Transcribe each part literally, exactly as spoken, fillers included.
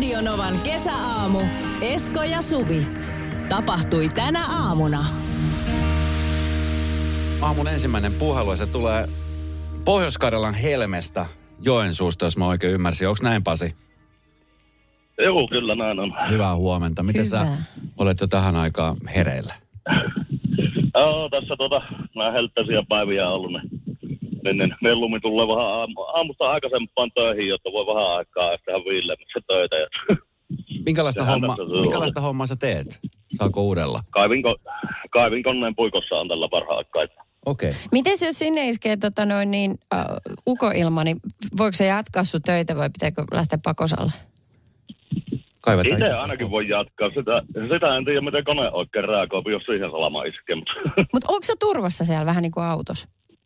Radio Novan kesäaamu. Esko ja Suvi. Tapahtui tänä aamuna. Aamun ensimmäinen puhelu, se tulee Pohjois-Karjalan Helmestä Joensuusta, jos mä oikein ymmärsin. Onko näin, Pasi? Joo, kyllä näin on. Hyvää huomenta. Miten Hyvä. sä olet jo tähän aikaan hereillä? Joo, tässä tota, nämä helttäisiä päiviä ollut, niin, niin, niin mieluummin tulee vähän aamu, aamusta aikaisempaan töihin, jotta voi vähän aikaa tehdä viileämmässä töitä. Minkälaista, homma, tässä minkälaista hommaa sä teet? Saako uudella? Kaivinko, kaivin koneen puikossa on tällä parhaan aikaa. Okei. Okay. Mites jos sinne iskee tota noin niin uh, ukoilma, niin voiko se jatkaa sun töitä vai pitääkö lähteä pakosalle? Kaivetaan Itse iso ainakin pako. voi jatkaa. Sitä, sitä en tiedä, miten kone oikein reagoi, jos siihen salama iskee. Mutta onko sä turvassa siellä vähän niin kuin autossa?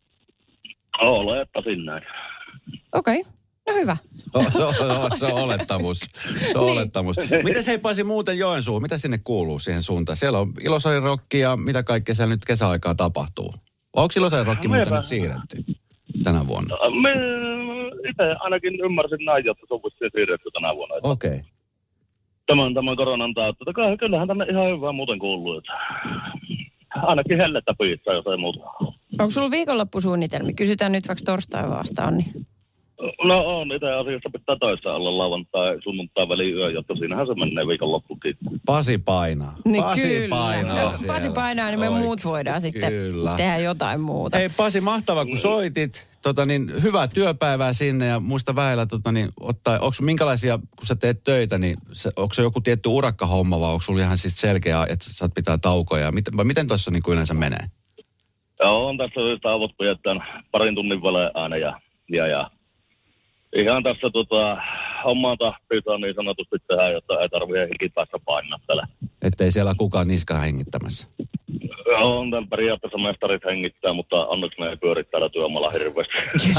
Oleetta sinne. Okei, okay. No hyvä. Se on, se on, se on olettamus. Se on olettamus. Miten hei Pasi muuten Joensuu? Mitä sinne kuuluu siihen suuntaan? Siellä on Ilosaari-rokki ja mitä kaikkea siellä nyt kesäaikaa tapahtuu? Onko Ilosaari-rokki muuten nyt siirretty tänä vuonna? Me itse ainakin ymmärsin näin, että se on vissiin siirretty tänä vuonna. Okei. Okay. Tämän, tämän koronan tautta. Kyllähän tänne ihan hyvää muuten kuuluu. Että ainakin hellettä piittää, jos ei muuta. Onko sulla viikonloppusuunnitelmia? Kysytään nyt vaikka torstai vastaan. Niin. No on, itse asiassa pitää töissä olla lauantai, sunnuntai väliyö, jotta siinähän se menee viikonloppukin. Pasi painaa. Niin Pasi kyllä. painaa No, siellä. Pasi painaa, niin me Oikein. muut voidaan sitten Kyllä. tehdä jotain muuta. Hei Pasi, mahtavaa kun soitit. Tota, niin, hyvää työpäivää sinne ja muista väillä, tota, niin, ottaa, onko minkälaisia, kun sä teet töitä, niin se, onko se joku tietty urakkahomma vai onko sulla ihan siis selkeä, että sä saat pitää taukoja? Miten, vai miten tuossa niin yleensä menee? Joo, on tässä yhtä avut pidetään parin tunnin välein aina ja, ja, ja ihan tässä tota, omaa tahtiinsa niin sanotusti tehdään, jotta ei tarvitse henkin päässä painaa tällä. Ettei siellä kukaan niskaa hengittämässä. Joo, on tämän periaatteessa mestarit hengittää, mutta onneksi ne ei pyöri täällä työmaalla hirveästi.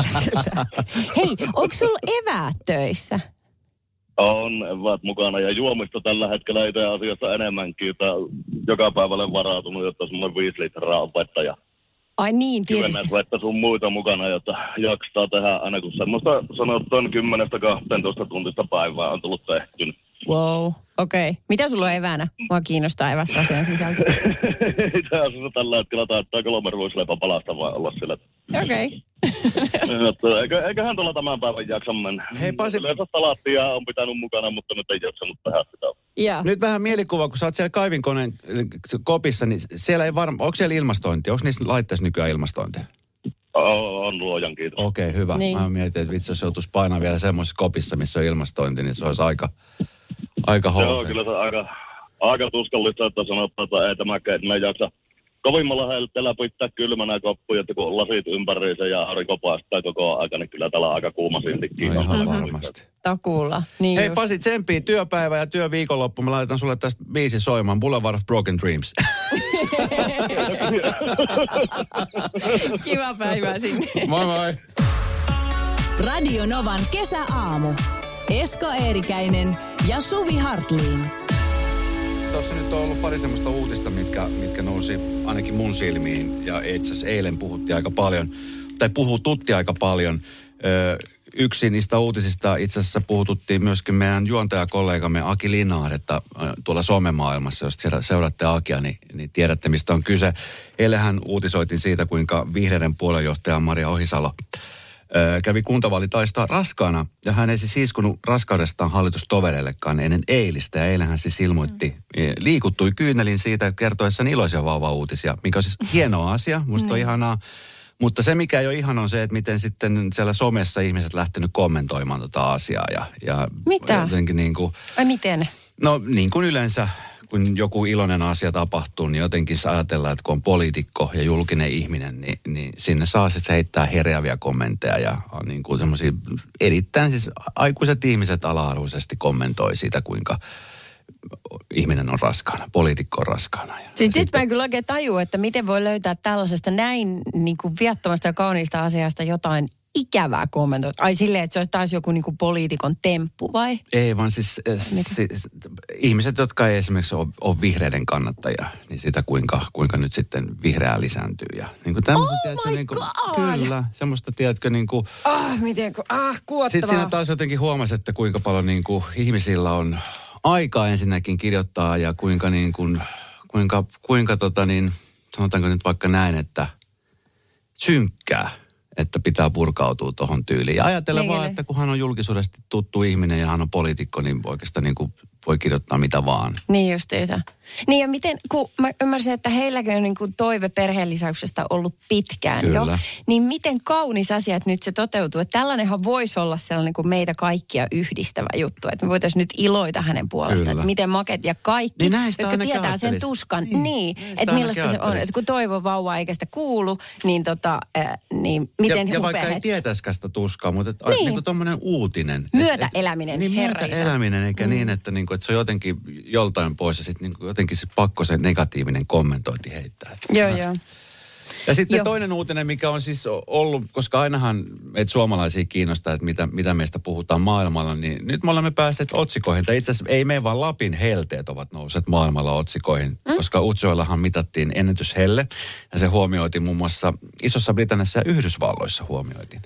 Hei, onko sulla eväät töissä? On eväät mukana ja juomista tällä hetkellä itse asiassa enemmänkin. Että joka päivälle varautunut, jotta semmoinen viisi litraa on vettä ja Ai niin, tietysti. kivennäisvettä sun muita mukana, jotta jaksaa tehdä aina kun semmoista sanotaan kymmenestä kahteentoista tuntista päivää on tullut tehty. Wow, okei. Okay. Mitä sulla on eväänä? Mua kiinnostaa eväsrasian sisältö. Itse asiassa tällä hetkellä taittaa kolme ruisleipää palasta vai olla sillä. Okei. Okay. Eikö, eiköhän tuolla tämän päivän jaksa mennä. Hei Pasi. Yleensä salaattia on pitänyt mukana, mutta nyt ei jaksanut tehdä sitä. Ja. Nyt vähän mielikuva, kun sä oot siellä kaivinkoneen kopissa, niin siellä ei varmaan, onko siellä ilmastointia? Onko niissä laitteissa nykyään ilmastointia? On luojan kiitos. Okei, okay, hyvä. Niin. Mä mietin, että vitsi, jos joutuisi painaa vielä semmoisessa kopissa, missä on ilmastointi, niin se olisi aika, aika Joo, housea. kyllä se aika, aika tuskallista, että sanotaan, että ei tämä ei jaksa kovimmalla helteellä pitää kylmänä koppuja, että kun on lasit ympäriinsä ja aurinko paistaa koko aika, niin kyllä täällä on aika kuuma siltikin. No ihan Mm-hmm. varmasti. Takuulla. Niin Hei just. Pasi, tsempii työpäivä ja työviikonloppu. Mä laitan sulle tästä biisi soimaan. Boulevard of Broken Dreams. Kiva päivää sinne. Moi moi. Radio Novan kesäaamu. Esko Eerikäinen ja Suvi Hartliin. Tuossa nyt on ollut pari semmoista uutista, mitkä, mitkä nousi ainakin mun silmiin. Ja itse asiassa eilen puhuttiin aika paljon, tai puhututti aika paljon. Ö, yksi niistä uutisista itse asiassa puhututtiin myöskin meidän juontajakollegamme Aki Linnahdetta tuolla somemaailmassa. Jos seuraatte Akia, niin, niin tiedätte mistä on kyse. Eilenhän uutisoitin siitä, kuinka vihreiden puoluejohtaja Maria Ohisalo ö, kävi kuntavaalitaistaa raskaana. Ja hän ei siis iskunut raskaudestaan hallitustovereillekaan ennen eilistä. Ja eilen hän siis ilmoitti, mm. liikuttui kyynelin siitä kertoessaan iloisia vauva-uutisia, mikä on siis hieno asia. Musta on ihanaa. Mutta se, mikä ei ole ihan on se, että miten sitten siellä somessa ihmiset lähtenyt kommentoimaan tota asiaa. Ja, ja Mitä? Jotenkin niin kuin, Ai miten? no niin kuin yleensä, kun joku iloinen asia tapahtuu, niin jotenkin ajatellaan, että kun on poliitikko ja julkinen ihminen, niin, niin sinne saa sitten heittää hereäviä kommentteja. Ja on niin kuin semmoisia erittäin siis aikuiset ihmiset ala-arvoisesti kommentoi siitä, kuinka ihminen on raskaana, poliitikko on raskaana. Ja Siis nyt mä en kyllä oikein tajua, että miten voi löytää tällaisesta näin niin kuin viattomasta ja kauniista asiasta jotain ikävää kommentoida? Ai silleen, että se olisi taas joku niinku poliitikon temppu vai? Ei, vaan siis, siis ihmiset, jotka ei esimerkiksi ole, ole vihreiden kannattajia, niin sitä kuinka, kuinka nyt sitten vihreää lisääntyy. Ja niin kuin tämmöistä, oh tiedätkö, my niin kuin, God! Kyllä, semmoista, tiedätkö, niin kuin... Ah, miten, ah, kuottavaa. Sitten siinä taas jotenkin huomasi, että kuinka paljon niin kuin ihmisillä on aikaa ensinnäkin kirjoittaa ja kuinka niin kuin, kuinka, kuinka tota niin, sanotaanko nyt vaikka näin, että synkkää, että pitää purkautua tuohon tyyliin. Ja ajatella niin, vaan, niin. että kun hän on julkisuudesta tuttu ihminen ja hän on poliitikko, niin oikeastaan niin kuin voi kirjoittaa mitä vaan. Niin justiinsa. Niin ja miten, kun mä ymmärsin, että heilläkin on niin kuin toive perheenlisäyksestä ollut pitkään Kyllä. jo, niin miten kaunis asia, että nyt se toteutuu. Että tällainenhan voisi olla sellainen kuin meitä kaikkia yhdistävä juttu, että me voitaisiin nyt iloita hänen puolestaan, Kyllä. että miten maket ja kaikki, niin jotka tietää sen tuskan, niin, niin että millaista se on. Että kun toivon vauva eikä sitä kuulu, niin, tota, äh, niin miten ja, ja vaikka hetki. ei tietäisikään sitä tuskaa, mutta et, niin. niin kuin tommoinen uutinen. Myötäeläminen, niin, herra isä. myötäeläminen, eikä mm. niin, että, niin kuin, että se on jotenkin joltain pois ja sitten niin jotenkin se pakko se negatiivinen kommentointi heittää. Joo, joo. Ja sitten Joo. toinen uutinen, mikä on siis ollut, koska ainahan meitä suomalaisia kiinnostaa, että mitä, mitä meistä puhutaan maailmalla, niin nyt me olemme päässeet otsikoihin. Tai itse asiassa ei me, vaan Lapin helteet ovat nousseet maailmalla otsikoihin, mm. koska Utsjoellahan mitattiin ennätyshelle. Ja se huomioitiin muun muassa Isossa Britanniassa ja Yhdysvalloissa huomioitiin.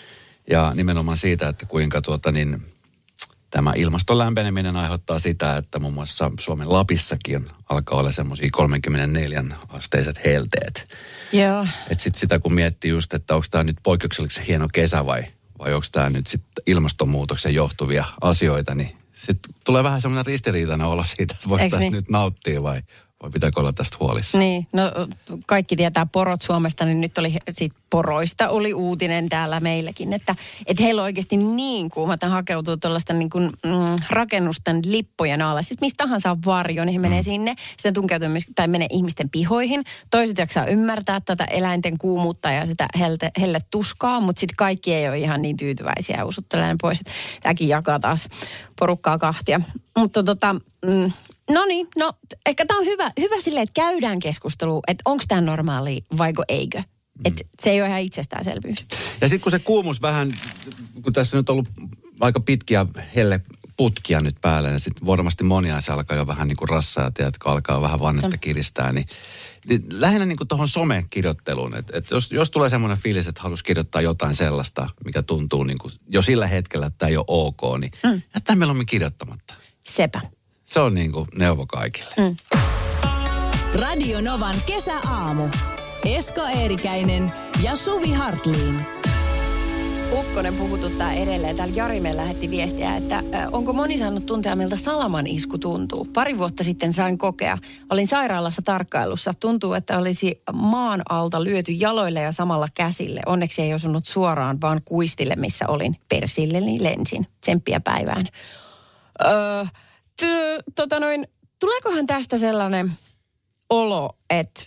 Ja nimenomaan siitä, että kuinka tuota niin... Tämä ilmaston lämpeneminen aiheuttaa sitä, että muun muassa Suomen Lapissakin alkaa olla semmoisia kolmekymmentäneljä asteiset helteet. Joo. Että sitten sitä kun miettii just, että onko tämä nyt poikkeuksellisen hieno kesä vai, vai onko tämä nyt sitten ilmastonmuutoksen johtuvia asioita, niin sitten tulee vähän semmoinen ristiriitainen olo siitä, että voiko tästä niin? nyt nauttia vai, vai pitääkö olla tästä huolissa. Niin, no kaikki tietää porot Suomesta, niin nyt oli siitä poroista oli uutinen täällä meilläkin, että, että heillä on oikeasti niin kuuma, että hakeutuu tuollaista niin kuin mm, rakennusten lippujen alle. Sitten mistä tahansa on varjo, niin he menee mm. sinne, sitten tunkeutuu myös, tai menee ihmisten pihoihin. Toiset jaksaa ymmärtää tätä eläinten kuumuutta ja sitä helte, helle tuskaa, mutta sitten kaikki ei ole ihan niin tyytyväisiä ja usuttelee pois. Tämäkin jakaa taas porukkaa kahtia. Mutta tota... Mm, No niin, no ehkä tämä on hyvä, hyvä silleen, että käydään keskustelua, että onko tämä normaali vaiko eikö. Mm. Että se ei ole ihan itsestäänselvyys. Ja sitten kun se kuumus vähän, kun tässä nyt on ollut aika pitkiä helle putkia nyt päällä, ja sitten varmasti monia se alkaa jo vähän niin kuin rassaa, tiedätkö, alkaa vähän vannetta kiristää, niin, niin lähinnä niin kuin tuohon somekirjoitteluun, että et jos, jos tulee semmoinen fiilis, että haluaisi kirjoittaa jotain sellaista, mikä tuntuu niin kuin jo sillä hetkellä, että tämä ei ole ok, niin mm. jättää mieluummin kirjoittamatta. Sepä. Se on niin kuin neuvo kaikille. Mm. Radio Novan kesäaamu. Esko Eerikäinen ja Suvi Hartliin. Ukkonen puhututtaa edelleen. Täällä Jari meillä lähetti viestiä, että äh, onko moni saanut tuntea, miltä salaman isku tuntuu. Pari vuotta sitten sain kokea. Olin sairaalassa tarkkailussa. Tuntuu, että olisi maan alta lyöty jaloille ja samalla käsille. Onneksi ei osunut suoraan, vaan kuistille, missä olin. Persilleni lensin. Tsemppiä päivään. Öö... Tota noin, tuleekohan tästä sellainen olo, että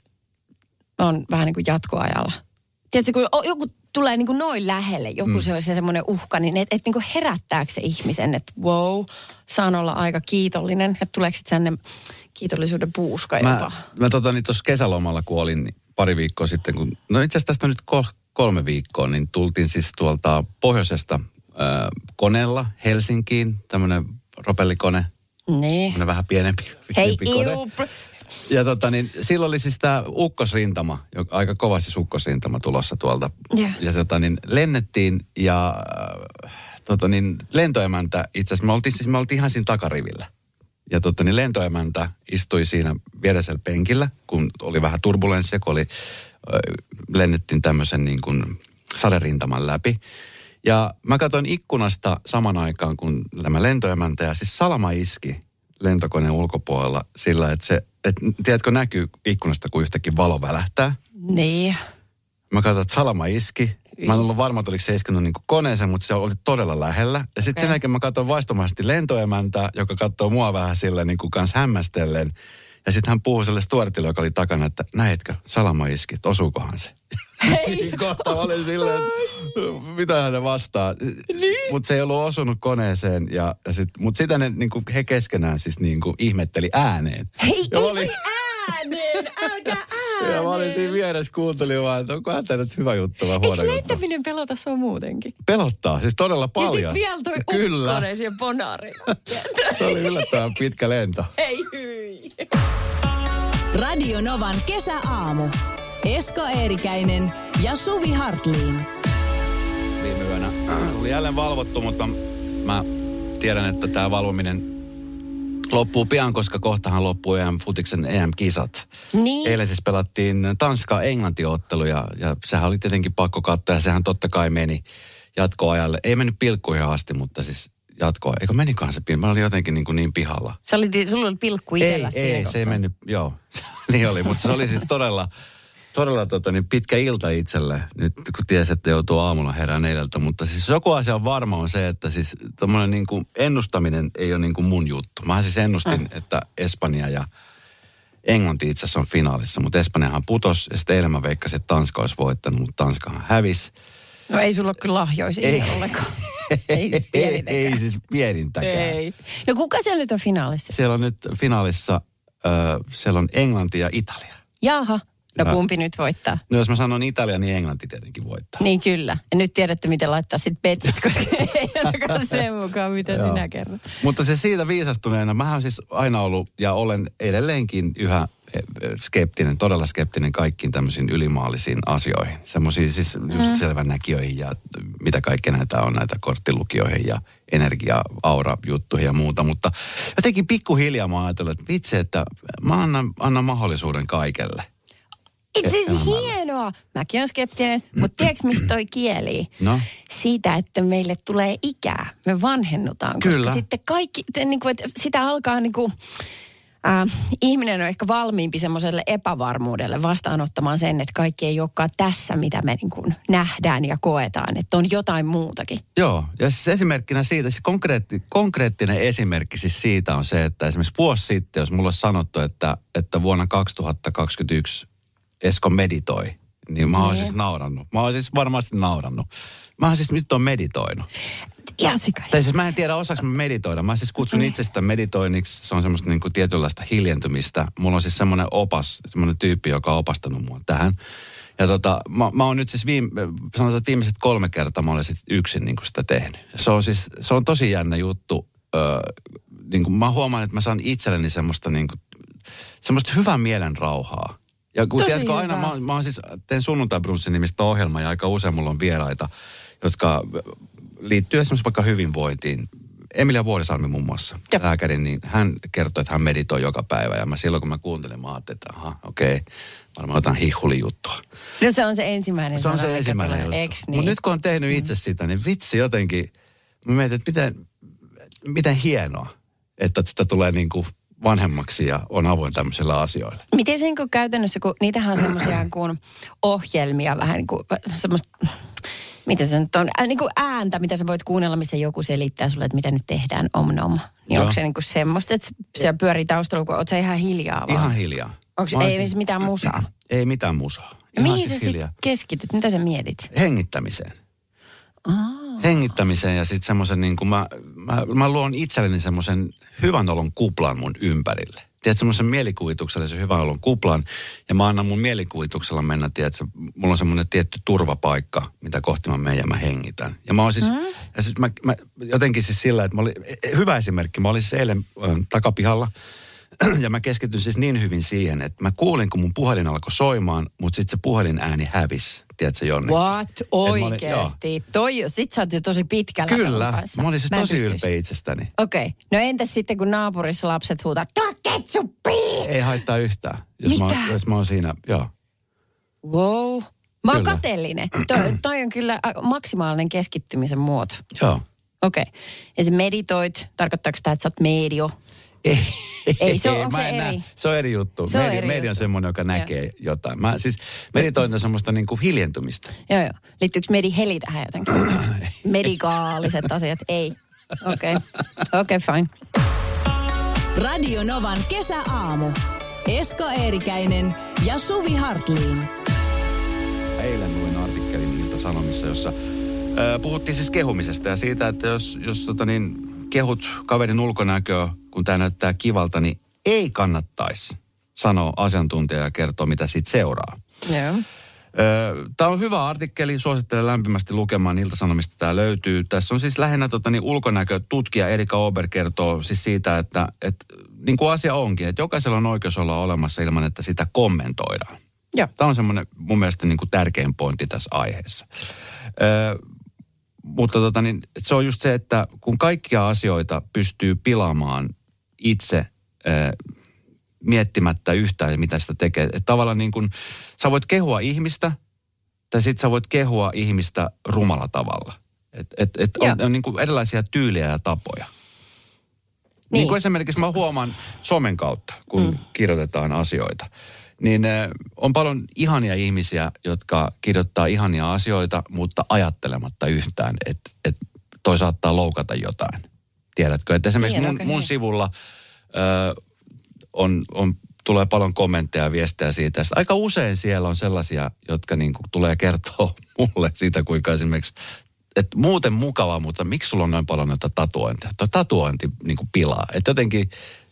on vähän niin kuin jatkoajalla? Tiedätkö, kun joku tulee niin kuin noin lähelle, joku mm. se on se semmoinen uhka, niin että et niin kuin herättääkö se ihmisen, että wow, saan olla aika kiitollinen, että tuleeko sitten sellainen kiitollisuuden puuska jopa? Mä, mä tota niin tuossa kesälomalla, kun olin niin pari viikkoa sitten, kun, no itse asiassa tästä on nyt kol- kolme viikkoa, niin tultiin siis tuolta pohjoisesta äh, koneella Helsinkiin, tämmöinen propellikone. Niin. Vähän pienempi, Hei, pienempi kone. Ja tota niin, silloin oli siis tämä ukkosrintama, joka, aika kova siis ukkosrintama tulossa tuolta. Yeah. Ja tota niin, lennettiin ja äh, tota niin, lentoemäntä, itse asiassa me oltiin, siis me oltiin ihan siinä takarivillä. Ja tota niin, lentoemäntä istui siinä vieresellä penkillä, kun oli vähän turbulenssia, kun oli, äh, lennettiin tämmöisen niin kuin saderintaman läpi. Ja mä katsoin ikkunasta saman aikaan, kun tämä lentoemäntä ja siis salama iski lentokoneen ulkopuolella sillä, että se, et, tiedätkö, näkyy ikkunasta, kun yhtäkkiä valo välähtää. Niin. Mä katsoin, että salama iski. Mä en ollut varma, että oliko se iskenut niin kuin koneeseen, mutta se oli todella lähellä. Ja sitten okay. sen jälkeen mä katsoin vaistomaisesti lentoemäntä, joka katsoo mua vähän sille niin kuin kanssa hämmästellen. Ja sitten hän puhui sille stuartille, joka oli takana, että näetkö, salama iski, että osuukohan se. Hei! Kohta oli silleen, että mitä hän vastaa. Niin. Mutta se ei ollut osunut koneeseen. Ja, ja sit, mutta sitä ne, niin kuin he keskenään siis niin kuin ihmetteli ääneen. Hei, ja ei oli, ääneen, älkää ääneen. Ja mä olin siinä vieressä, kuuntelin vaan, että onkohan tämä nyt hyvä juttu vai huono juttu. juttu. Eikö lentäminen pelota sua muutenkin? Pelottaa, siis todella paljon. Ja sit vielä toi Kyllä. ukkonen siihen bonariin. Se oli yllättävän pitkä lento. Ei hyi. Radio Novan kesäaamu. Esko Eerikäinen ja Suvi Hartliin. Viime yönä oli jälleen valvottu, mutta mä tiedän, että tämä valvominen loppuu pian, koska kohtahan loppuu E M-futiksen E M-kisat. Niin. Eilen siis pelattiin Tanska-Englanti-ottelu ja, ja sehän oli tietenkin pakko katsoa ja sehän totta kai meni jatkoajalle. Ei mennyt pilkkuihin asti, mutta siis jatkoa. Eikö menikaan se pilkku? Mä olin jotenkin niin, kuin niin pihalla. Sä oli, sulla oli pilkku itsellä Ei, ei, se ei mennyt, joo. Niin oli, mutta se oli siis todella... Todella tota, niin pitkä ilta itselle, nyt kun tiesi, että joutuu aamulla herään neljältä. Mutta siis joku asia on varma on se, että siis tommoinen niin kuin ennustaminen ei ole niin kuin mun juttu. Mä siis ennustin, mm. että Espanja ja Englanti itse asiassa on finaalissa, mutta Espanjahan putosi ja sitten eilen mä veikkasin, että Tanska olisi voittanut, mutta Tanskahan hävisi. No ei sulla ole kyllä lahjoja siihen ollenkaan. Ei siis pienintäkään. Ei siis pienintäkään. Ei. No kuka siellä nyt on finaalissa? Siellä on nyt finaalissa, äh, siellä on Englanti ja Italia. Jaha. No Ja, kumpi nyt voittaa? No jos mä sanon Italia, niin Englanti tietenkin voittaa. Niin kyllä. Ja nyt tiedätte, miten laittaa sit betsit, koska ei ainakaan sen mukaan, mitä Joo. sinä kerrot. Mutta se siitä viisastuneena, mä oon siis aina ollut ja olen edelleenkin yhä skeptinen, todella skeptinen kaikkiin tämmöisiin ylimaallisiin asioihin. Semmoisiin siis just mm. selvänäkijöihin ja mitä kaikkea näitä on, näitä korttilukijoihin ja energia-aura-juttuihin ja muuta. Mutta jotenkin pikkuhiljaa mä oon ajatellut, että vitsi, että mä annan, annan mahdollisuuden kaikelle. Itse asiassa hienoa. Mäkin olen skeptinen, mutta tiedätkö mistä toi kieli? No? Siitä, että meille tulee ikää. Me vanhennutaan. Kyllä. Koska sitten kaikki, te, niin kuin, että sitä alkaa niin kuin, äh, ihminen on ehkä valmiimpi semmoiselle epävarmuudelle vastaanottamaan sen, että kaikki ei olekaan tässä, mitä me niin kuin nähdään ja koetaan. Että on jotain muutakin. Joo, ja siis esimerkkinä siitä, siis konkreetti, konkreettinen esimerkki siis siitä on se, että esimerkiksi vuosi sitten, jos mulla olisi sanottu, että, että vuonna kaksituhattakaksikymmentäyksi Esko meditoi, niin mä oon siis naurannut. Mä oon siis varmasti naurannut. Mä oon siis nyt on meditoinut. Jasikainen. Tai siis mä en tiedä, osaanko mä meditoida. Mä siis kutsun itsestä meditoinniksi. Se on semmoista niin kuin tietynlaista hiljentymistä. Mulla on siis semmoinen opas, semmoinen tyyppi, joka on opastanut mua tähän. Ja tota, mä, mä oon nyt siis viime, sanotaan, että viimeiset kolme kertaa mä olen sit yksin niin kuin sitä tehnyt. Se on siis, se on tosi jännä juttu. Öö, niin kuin mä huomaan, että mä saan itselleni semmoista niin kuin, semmoista hyvän mielen rauhaa. Ja kun tiedätkö, aina mä, mä oon siis, teen sunnuntai-brunssin nimistä ohjelmaa ja aika usein mulla on vieraita, jotka liittyy esimerkiksi vaikka hyvinvointiin. Emilia Vuorisalmi muun muassa, ja lääkäri, niin hän kertoi, että hän meditoi joka päivä. Ja mä silloin, kun mä kuuntelin, mä ajattelin, että aha, okei, okay, varmaan jotain hihulijuttua. No se on se ensimmäinen. Se on se ensimmäinen juttu. Niin? Mutta nyt kun on tehnyt itse sitä, niin vitsi jotenkin, mä mietin, että miten, miten hienoa, että sitä tulee niin kuin vanhemmaksi ja on avoin tämmöisille asioille. Miten se niin käytännössä, kun niitähän on semmoisia kuin ohjelmia, vähän niin kuin semmoista, miten se nyt on, äh, niin kuin ääntä, mitä sä voit kuunnella, missä joku selittää sulle, että mitä nyt tehdään, om nom. Niin joo. Onko se niin kuin semmoista, että se pyörii taustalla, kun oot sä ihan hiljaa vaan? Ihan hiljaa. Onko ei siis mitään musaa? Ei mitään musaa. Mihin siis sä sitten keskityt? Mitä sä mietit? Hengittämiseen. Oh. Hengittämiseen ja sitten semmoisen niin kuin mä, mä, mä luon itselleni semmoisen hyvän olon kuplan mun ympärille. Tiedätkö, semmoisen mielikuvituksellisen hyvän olon kuplan ja mä annan mun mielikuvituksella mennä, tiedätkö, mulla on semmoinen tietty turvapaikka, mitä kohti mä menen ja mä hengitän. Ja mä oon siis, mm. ja siis mä, mä jotenkin siis sillä, että mä olin, hyvä esimerkki, mä olin siis eilen äh, takapihalla ja mä keskityn siis niin hyvin siihen, että mä kuulin, kun mun puhelin alkoi soimaan, mutta sitten se puhelin ääni hävisi. Tiedätkö, jonnekin? What? Oikeesti? Toi, sit sä oot jo tosi pitkällä. Kyllä. Mä olin siis mä tosi ylpeä itsestäni. Okei. Okay. No entäs sitten, kun naapurissa lapset huutaa, tuo ketsuppia! Ei haittaa yhtään. Jos Mitä? Mä, jos mä oon siinä, joo. Wow. Mä oon Kyllä. kateellinen. Toi, toi on kyllä maksimaalinen keskittymisen muoto. Joo. Okei. Okay. Ja sä meditoit, tarkoittaako sitä, että sä oot medio? Ei, ei se on, onko mä se eri? eri? Se on eri juttu. Se on media, eri media on juttu. semmoinen, joka näkee jotain. Mä siis meditointi on semmoista niin kuin hiljentymistä. Joo, joo. Liittyykö mediheli tähän jotenkin? Medikaaliset asiat? Ei. Okei. Okay. Okei, okay, fine. Radio Novan kesäaamu. Esko Eerikäinen ja Suvi Hartliin. Eilen luin artikkelin Ilta-Sanomissa, jossa ö, puhuttiin siis kehumisesta ja siitä, että jos, jos tota niin, kehut kaverin ulkonäköä, kun tämä näyttää kivalta, niin ei kannattaisi. sanoo asiantuntija ja kertoo, mitä siitä seuraa. Joo. Tämä on hyvä artikkeli, suosittelen lämpimästi lukemaan, Ilta-Sanomista tämä löytyy. Tässä on siis lähinnä tota, niin ulkonäkötutkija Erika Ober kertoo siis siitä, että, että niin kuin asia onkin, että jokaisella on oikeus olla olemassa ilman, että sitä kommentoidaan. Joo. Tämä on semmoinen mun mielestä niin kuin tärkein pointti tässä aiheessa. Ö, mutta tota, niin, se on just se, että kun kaikkia asioita pystyy pilaamaan itse ö, miettimättä yhtään, mitä sitä tekee. Että tavallaan niin kuin, sä voit kehua ihmistä, tai sit sä voit kehua ihmistä rumalla tavalla. Että et, et on, on niin kuin erilaisia tyyliä ja tapoja. Niin. niin kuin esimerkiksi mä huomaan somen kautta, kun mm. kirjoitetaan asioita. Niin äh, on paljon ihania ihmisiä, jotka kirjoittaa ihania asioita, mutta ajattelematta yhtään, että et toi saattaa loukata jotain. Tiedätkö? Että esimerkiksi mun, mun sivulla äh, on, on, tulee paljon kommentteja ja viestejä siitä. Sitten aika usein siellä on sellaisia, jotka niin kuin tulee kertoa mulle siitä, kuinka esimerkiksi, että muuten mukava, mutta miksi sulla on noin paljon noita tatuointeja? Tuo tatuointi niin kuin pilaa. Että jotenkin,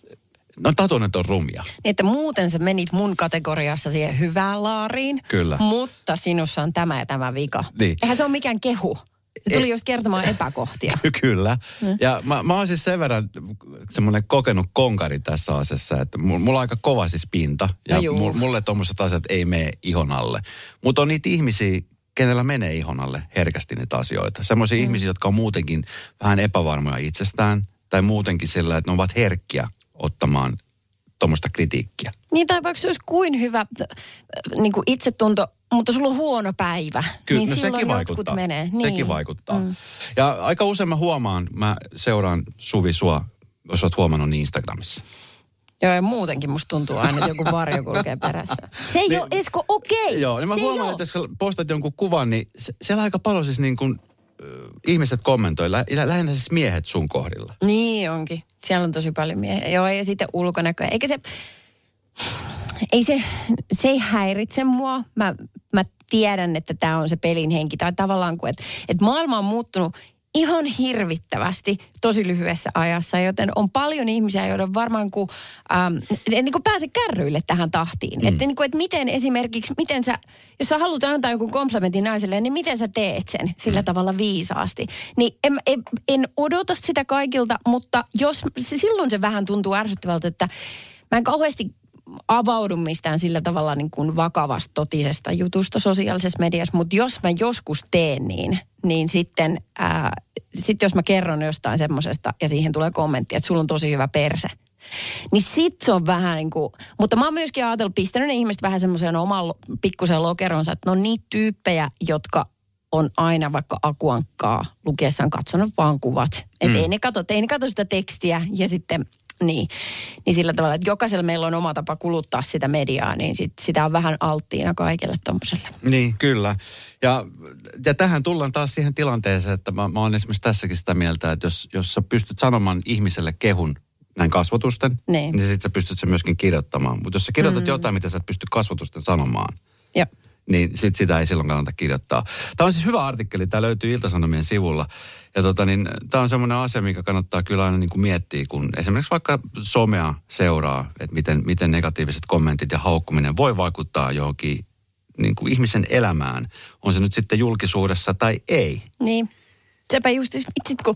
no tatuoinnit on rumia. Niin, että muuten sä menit mun kategoriassa siihen hyvään laariin. Kyllä. Mutta sinussa on tämä ja tämä vika. Niin. Eihän se ole mikään kehu. Se tuli just kertomaan epäkohtia. Kyllä. Mm. Ja mä, mä oon siis sen verran semmoinen kokenut konkari tässä asiassa, että mulla on aika kova siis pinta. Ja no mulle tommoset asiat ei mene ihon alle. Mutta on niitä ihmisiä, kenellä menee ihon alle herkästi niitä asioita. Semmoisia mm. ihmisiä, jotka on muutenkin vähän epävarmoja itsestään. Tai muutenkin sillä, että ne ovat herkkiä ottamaan tuommoista kritiikkiä. Niin, tai vaikka se olisi kuin hyvä niin kuin itsetunto, mutta sulla on huono päivä. Kyllä, niin no silloin sekin vaikuttaa. Menee. Niin. Sekin vaikuttaa. Mm. Ja aika usein mä huomaan, mä seuraan Suvi sua, jos olet huomannut niin Instagramissa. Joo, ja muutenkin musta tuntuu aina, että joku varjo kulkee perässä. Se ei niin, ole, Esko, okei. Okay. Joo, niin mä se huomaan, että jos postat jonkun kuvan, niin se, siellä aika paljon siis niin kuin äh, ihmiset kommentoi, lä, lähinnä siis miehet sun kohdilla. Niin onkin. Siellä on tosi paljon miehiä. Joo, ja sitten ulkonäköä. Eikä se, ei se, se ei häiritse mua. Mä, mä tiedän, että tämä on se pelin henki. Tai tavallaan kuin, että, että maailma on muuttunut ihan hirvittävästi tosi lyhyessä ajassa, joten on paljon ihmisiä, joiden varmaan kun, ähm, niin kuin pääse kärryille tähän tahtiin. Mm. Että, niin kuin, että miten esimerkiksi, miten sä, jos sä haluat antaa jonkun komplimentin naiselle, niin miten sä teet sen sillä mm. tavalla viisaasti. Niin en, en, en odota sitä kaikilta, mutta jos, silloin se vähän tuntuu ärsyttävältä, että mä en kauheasti avaudu mistään sillä tavalla niin kuin vakavasta totisesta jutusta sosiaalisessa mediassa, mutta jos mä joskus teen niin, niin sitten ää, sit jos mä kerron jostain semmosesta ja siihen tulee kommentti, että sulla on tosi hyvä perse, niin sit se on vähän niin kuin, mutta mä oon myöskin ajatellut, pistänyt ne ihmiset vähän semmoiseen oman pikkusen lokeronsa, että ne on niitä tyyppejä, jotka on aina vaikka Akuankkaa lukiessaan katsonut vaan kuvat. Että mm. ei ne katso, ei ne katso sitä tekstiä ja sitten Niin. niin sillä tavalla, että jokaisella meillä on oma tapa kuluttaa sitä mediaa, niin sit, sitä on vähän alttiina kaikille tommoselle. Niin, kyllä. Ja, ja tähän tullaan taas siihen tilanteeseen, että mä, mä oon esimerkiksi tässäkin sitä mieltä, että jos, jos sä pystyt sanomaan ihmiselle kehun näin kasvotusten, niin, niin sit sä pystyt sen myöskin kirjoittamaan. Mutta jos sä kirjoitat mm. jotain, mitä sä et pysty kasvotusten sanomaan, Joo. niin sit sitä ei silloin kannata kirjoittaa. Tämä on siis hyvä artikkeli, tämä löytyy Ilta-Sanomien sivulla. Ja tota niin, tämä on semmoinen asia, mikä kannattaa kyllä aina niin kuin miettiä, kun esimerkiksi vaikka somea seuraa, että miten, miten negatiiviset kommentit ja haukkuminen voi vaikuttaa johonkin niin kuin ihmisen elämään. On se nyt sitten julkisuudessa tai ei. Niin, sepä just itse kun,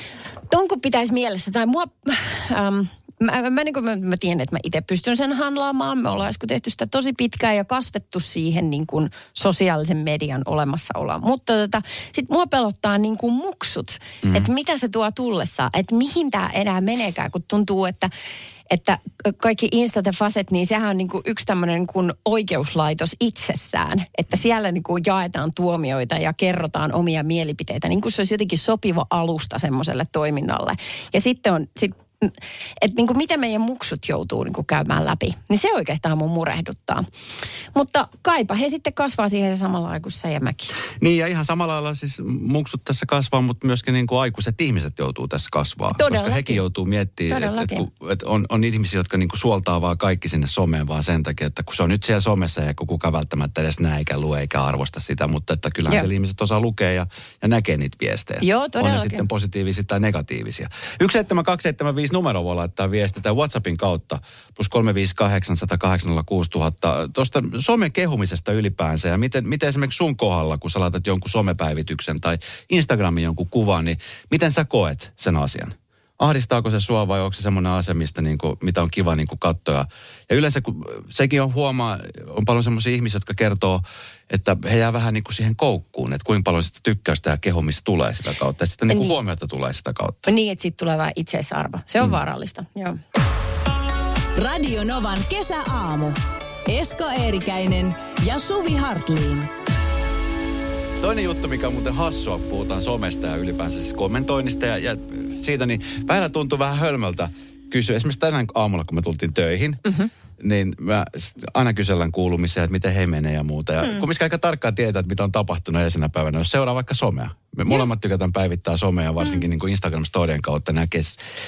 ton kun pitäisi mielessä, tai mua... Ähm, Mä, mä, niin kuin mä, mä tiedän, että mä itse pystyn sen handlaamaan. Me ollaan tehty sitä tosi pitkään ja kasvettu siihen niin kuin sosiaalisen median olemassaoloa. Mutta tota, sit mua pelottaa niin kuin muksut, mm. että mitä se tuo tullessa, että mihin tämä enää meneekään, kun tuntuu, että, että kaikki Instat ja Faset, niin sehän on niin kuin yksi tämmöinen niin kuin oikeuslaitos itsessään. Että siellä niin kuin jaetaan tuomioita ja kerrotaan omia mielipiteitä, niin kuin se olisi jotenkin sopiva alusta semmoiselle toiminnalle. Ja sitten on... Sit että niin kuin miten meidän muksut joutuu niin kuin käymään läpi, niin se oikeastaan mun murehduttaa. Mutta kaipa he sitten kasvaa siihen samalla lailla kuin sä ja mäkin. Niin ja ihan samalla lailla siis muksut tässä kasvaa, mutta myöskin niin kuin aikuiset ihmiset joutuu tässä kasvaa. Todellakin. Koska hekin joutuu miettimään, että et, et on, on niitä ihmisiä, jotka niin kuin suoltaa vaan kaikki sinne someen vaan sen takia, että kun se on nyt siellä somessa ja kuka välttämättä edes näe eikä lue eikä arvosta sitä, mutta että kyllähän siellä ihmiset osaa lukea ja, ja näkee niitä viestejä. Joo, todellakin. On ne sitten positiivisia tai negatiivisia. yksi seitsemän kaksi seitsemän viisi siis numero voi laittaa viestiä tai WhatsAppin kautta. Plus kolme viisi kahdeksan, yksi kahdeksan, nolla kuusi nolla nolla nolla. Tuosta somen kehumisesta ylipäänsä ja miten, miten esimerkiksi sun kohdalla, kun sä laitat jonkun somepäivityksen tai Instagramin jonkun kuvan, niin miten sä koet sen asian? Ahdistaako se sua vai onko se semmoinen asia, mistä niin kuin, mitä on kiva niin kuin katsoa? Ja yleensä kun sekin on huomaa, on paljon semmoisia ihmisiä, jotka kertoo, että he jää vähän niin kuin siihen koukkuun, että kuinka paljon sitä tykkäystä ja kehomista tulee sitä kautta. Ja sitten niin kuin niin. huomiota tulee sitä kautta. Niin, että sitten tulee vähän itseisarvo. Se on mm. vaarallista, joo. Radio Novan kesäaamu. Esko Eerikäinen ja Suvi Hartliin. Toinen juttu, mikä on muuten hassua, puhutaan somesta ja ylipäänsä siis kommentoinnista ja, ja siitä, niin välillä tuntuu vähän hölmöltä kysyä. Esimerkiksi tänään aamulla, kun me tultiin töihin, mm-hmm. niin mä aina kysellään kuulumisia, että miten he menee ja muuta. Ja mm. kumminkin aika tarkkaan tietää, että mitä on tapahtunut edellisenä päivänä, jos seuraa vaikka somea. Me molemmat tykätään päivittää somea, varsinkin mm. niin kuin Instagram-storien kautta näkee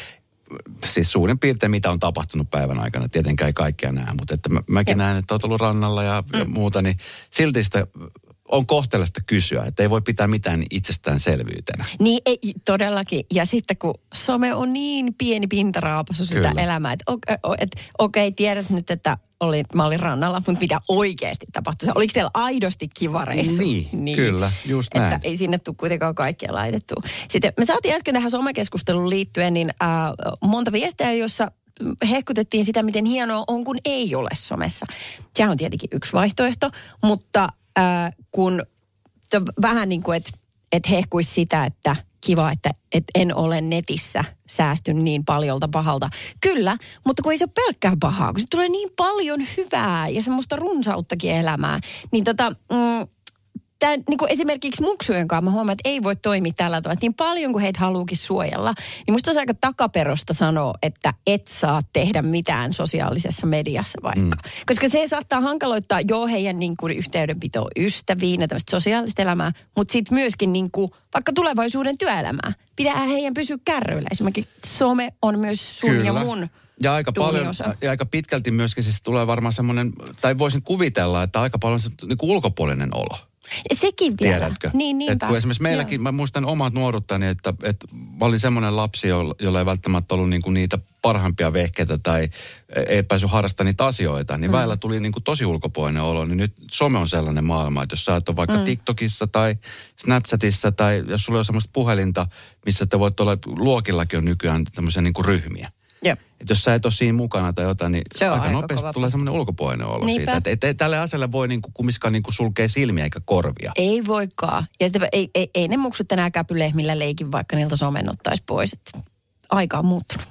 siis suurin piirtein, mitä on tapahtunut päivän aikana. Tietenkään ei kaikkea näe, mutta että mä, mäkin ja. näen, että oot ollut rannalla ja, mm. ja muuta, niin silti sitä on kohtelaista kysyä, että ei voi pitää mitään itsestäänselvyytenä. Niin, ei, todellakin. Ja sitten kun some on niin pieni pintaraapasu sitä Kyllä. elämää, että okei, et, okay, tiedät nyt, että oli, mä olin rannalla, mutta mitä oikeasti tapahtui? Oliko teillä aidosti kiva reissu? Niin, niin. Kyllä, just näin. Että ei sinne tule kuitenkaan kaikkea laitettua. Sitten me saatiin äsken tähän somekeskusteluun liittyen niin äh, monta viestiä, jossa hehkutettiin sitä, miten hienoa on, kun ei ole somessa. Sehän on tietenkin yksi vaihtoehto, mutta Äh, kun vähän niin kuin, että et hehkuisi sitä, että kiva, että et en ole netissä säästyn niin paljolta pahalta. Kyllä, mutta kun ei se ole pelkkää pahaa, kun se tulee niin paljon hyvää ja semmoista runsauttakin elämää, niin tota... Mm, Tämä, niin kuin esimerkiksi muksujen kanssa mä huomaan, että ei voi toimia tällä tavalla. Niin paljon kuin heitä haluukin suojella, niin musta on aika takaperosta sanoa, että et saa tehdä mitään sosiaalisessa mediassa vaikka. Mm. Koska se saattaa hankaloittaa jo heidän niin kuin yhteydenpitoa ystäviin ja tämmöistä sosiaalista elämää, mutta sitten myöskin niin kuin, vaikka tulevaisuuden työelämää. Pitää heidän pysyä kärryillä. Esimerkiksi some on myös sun Kyllä. ja mun Ja aika paljon, ja aika pitkälti myöskin siis tulee varmaan semmoinen, tai voisin kuvitella, että aika paljon se niin kuin ulkopuolinen olo. Sekin vielä. Tiedätkö? Niin, niinpä. Että kun esimerkiksi meilläkin, Joo. mä muistan omat nuoruttani, että, että mä olin semmoinen lapsi, jolla ei välttämättä ollut niinku niitä parhaimpia vehkeitä tai ei päässyt harrastamaan niitä asioita, niin mm. väillä tuli niinku tosi ulkopuolinen olo. Niin nyt some on sellainen maailma, että jos sä oot vaikka mm. TikTokissa tai Snapchatissa tai jos sulla on semmoista puhelinta, missä te voit olla, luokillakin on nykyään tämmöisiä niinku ryhmiä. Jep. Että jos sä et ole siinä mukana tai jotain, niin aika, aika nopeasti kova. Tulee semmoinen ulkopuolinen olo Niinpä. Siitä. Että et, tälle asialle voi niinku kumminkaan niinku sulkea silmiä eikä korvia. Ei voikaan. Ja sitten ei, ei, ei ne muksut enää käpylehmillä leikin, vaikka niiltä somen ottaisi pois. Että aika on muuttunut.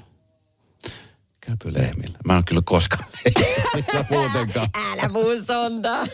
Käpylehmillä? Mä en ole kyllä koskaan lehmillä muutenkaan. Älä muu sontaa.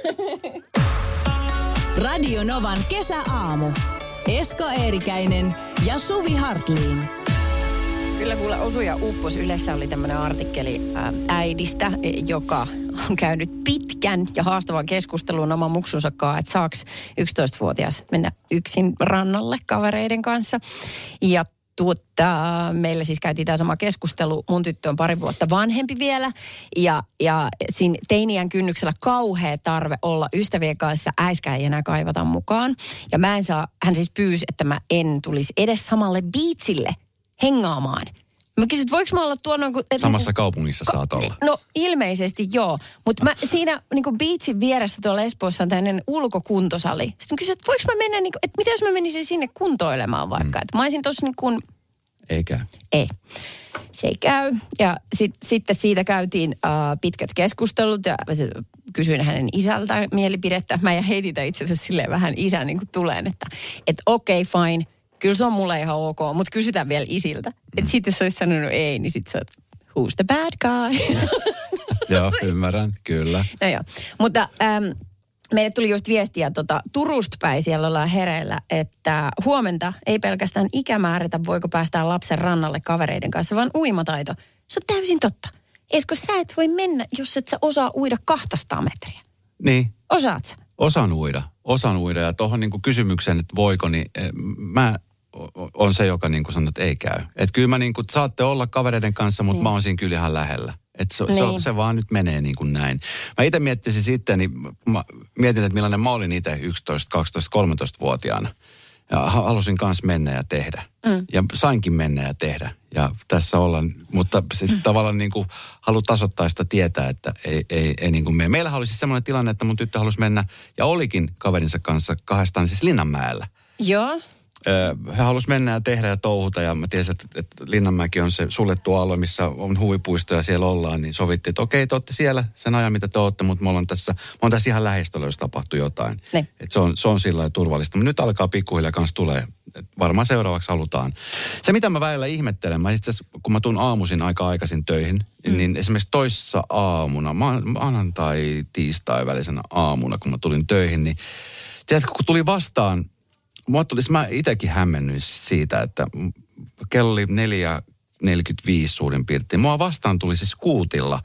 Radio Novan kesäaamu. Esko Eerikäinen ja Suvi Hartliin. Kyllä kuule osui ja uppos. Yleensä oli tämmöinen artikkeli äidistä, joka on käynyt pitkän ja haastavan keskustelun oman muksunsa kanssa, että saaks yksitoistavuotias mennä yksin rannalle kavereiden kanssa. Ja tuota, meillä siis käytiin tämä sama keskustelu. Mun tyttö on pari vuotta vanhempi vielä ja, ja siinä teiniän kynnyksellä kauhea tarve olla ystävien kanssa. Äiskä ei enää kaivata mukaan. Ja mä en saa, hän siis pyysi, että mä en tulisi edes samalle biitsille hengaamaan. Mä kysyin, että voiko mä olla tuolla... Kun, et, Samassa kaupungissa ka- saat olla. No ilmeisesti joo, mutta mä siinä niin kuin biitsin vieressä tuolla Espoossa on tämmöinen ulkokuntosali. Sitten mä kysyin, että voiko mä mennä, niin kuin, että mitä jos mä menisin sinne kuntoilemaan vaikka. Mm. Että mä olisin tossa niin kuin... Ei käy. Ei. Se ei käy. Ja sit, sitten siitä käytiin uh, pitkät keskustelut ja kysyin hänen isältä mielipidettä. Mä heitin itse asiassa silleen vähän isän niin kuin tuleen, että et okei, okay, fine. Kyllä se on mulle ihan ok, mutta kysytään vielä isiltä. Että mm. sitten jos olisi sanonut ei, niin sitten sä oot, who's the bad guy? Joo, ymmärrän, kyllä. No joo, mutta ähm, meille tuli just viestiä tota, Turusta päin, siellä ollaan hereillä, että huomenta ei pelkästään ikä määritä, voiko päästää lapsen rannalle kavereiden kanssa, vaan uimataito. Se on täysin totta. Esko, sä et voi mennä, jos et sä osaa uida kaksisataa metriä. Niin. Osaat sä? Osaan uida, osaan uida ja tuohon niinku kysymykseen, että voiko, niin mä on se, joka niinku sanoo, että ei käy. Että kyllä mä niinku, saatte olla kavereiden kanssa, mutta niin. Mä oon siinä kyllä ihan lähellä. Että se, niin. se, se vaan nyt menee niin kuin näin. Mä itse miettisin sitten, niin mä mietin, että millainen mä olin itse yksitoista, kaksitoista, kolmetoista-vuotiaana. Ja halusin kanssa mennä ja tehdä. Mm. Ja sainkin mennä ja tehdä. Ja tässä ollaan, mutta sitten tavallaan niin kuin haluan tasoittaa sitä tietää, että ei, ei, ei niin kuin mene. Meillähän oli siis semmoinen tilanne, että mun tyttö halusi mennä, ja olikin kaverinsa kanssa kahdestaan siis Linnanmäellä. Joo. He halusi mennä ja tehdä ja touhuta, ja mä tiesin, että, että Linnanmäki on se suljettu alue, missä on huvipuisto ja siellä ollaan, niin sovittiin, että okei, te olette siellä sen ajan, mitä te olette, mutta me ollaan tässä, me ollaan tässä ihan lähistöllä, jos tapahtuu jotain. Että se on, se on sillä lailla turvallista. Mutta nyt alkaa pikkuhiljaa kanssa tulee, että varmaan seuraavaksi halutaan. Se, mitä mä välillä ihmettelen, mä itse asiassa, kun mä tuun aamuisin aika aikaisin töihin, mm. niin esimerkiksi toissa aamuna, maanantai, tiistai välisenä aamuna, kun mä tulin töihin, niin tiedätkö, kun tuli vastaan, Mua tulisi, mä itsekin hämmennyin siitä, että kello oli neljä neljäkymmentäviisi suurin piirtein. Mua vastaan tuli siis skuutilla,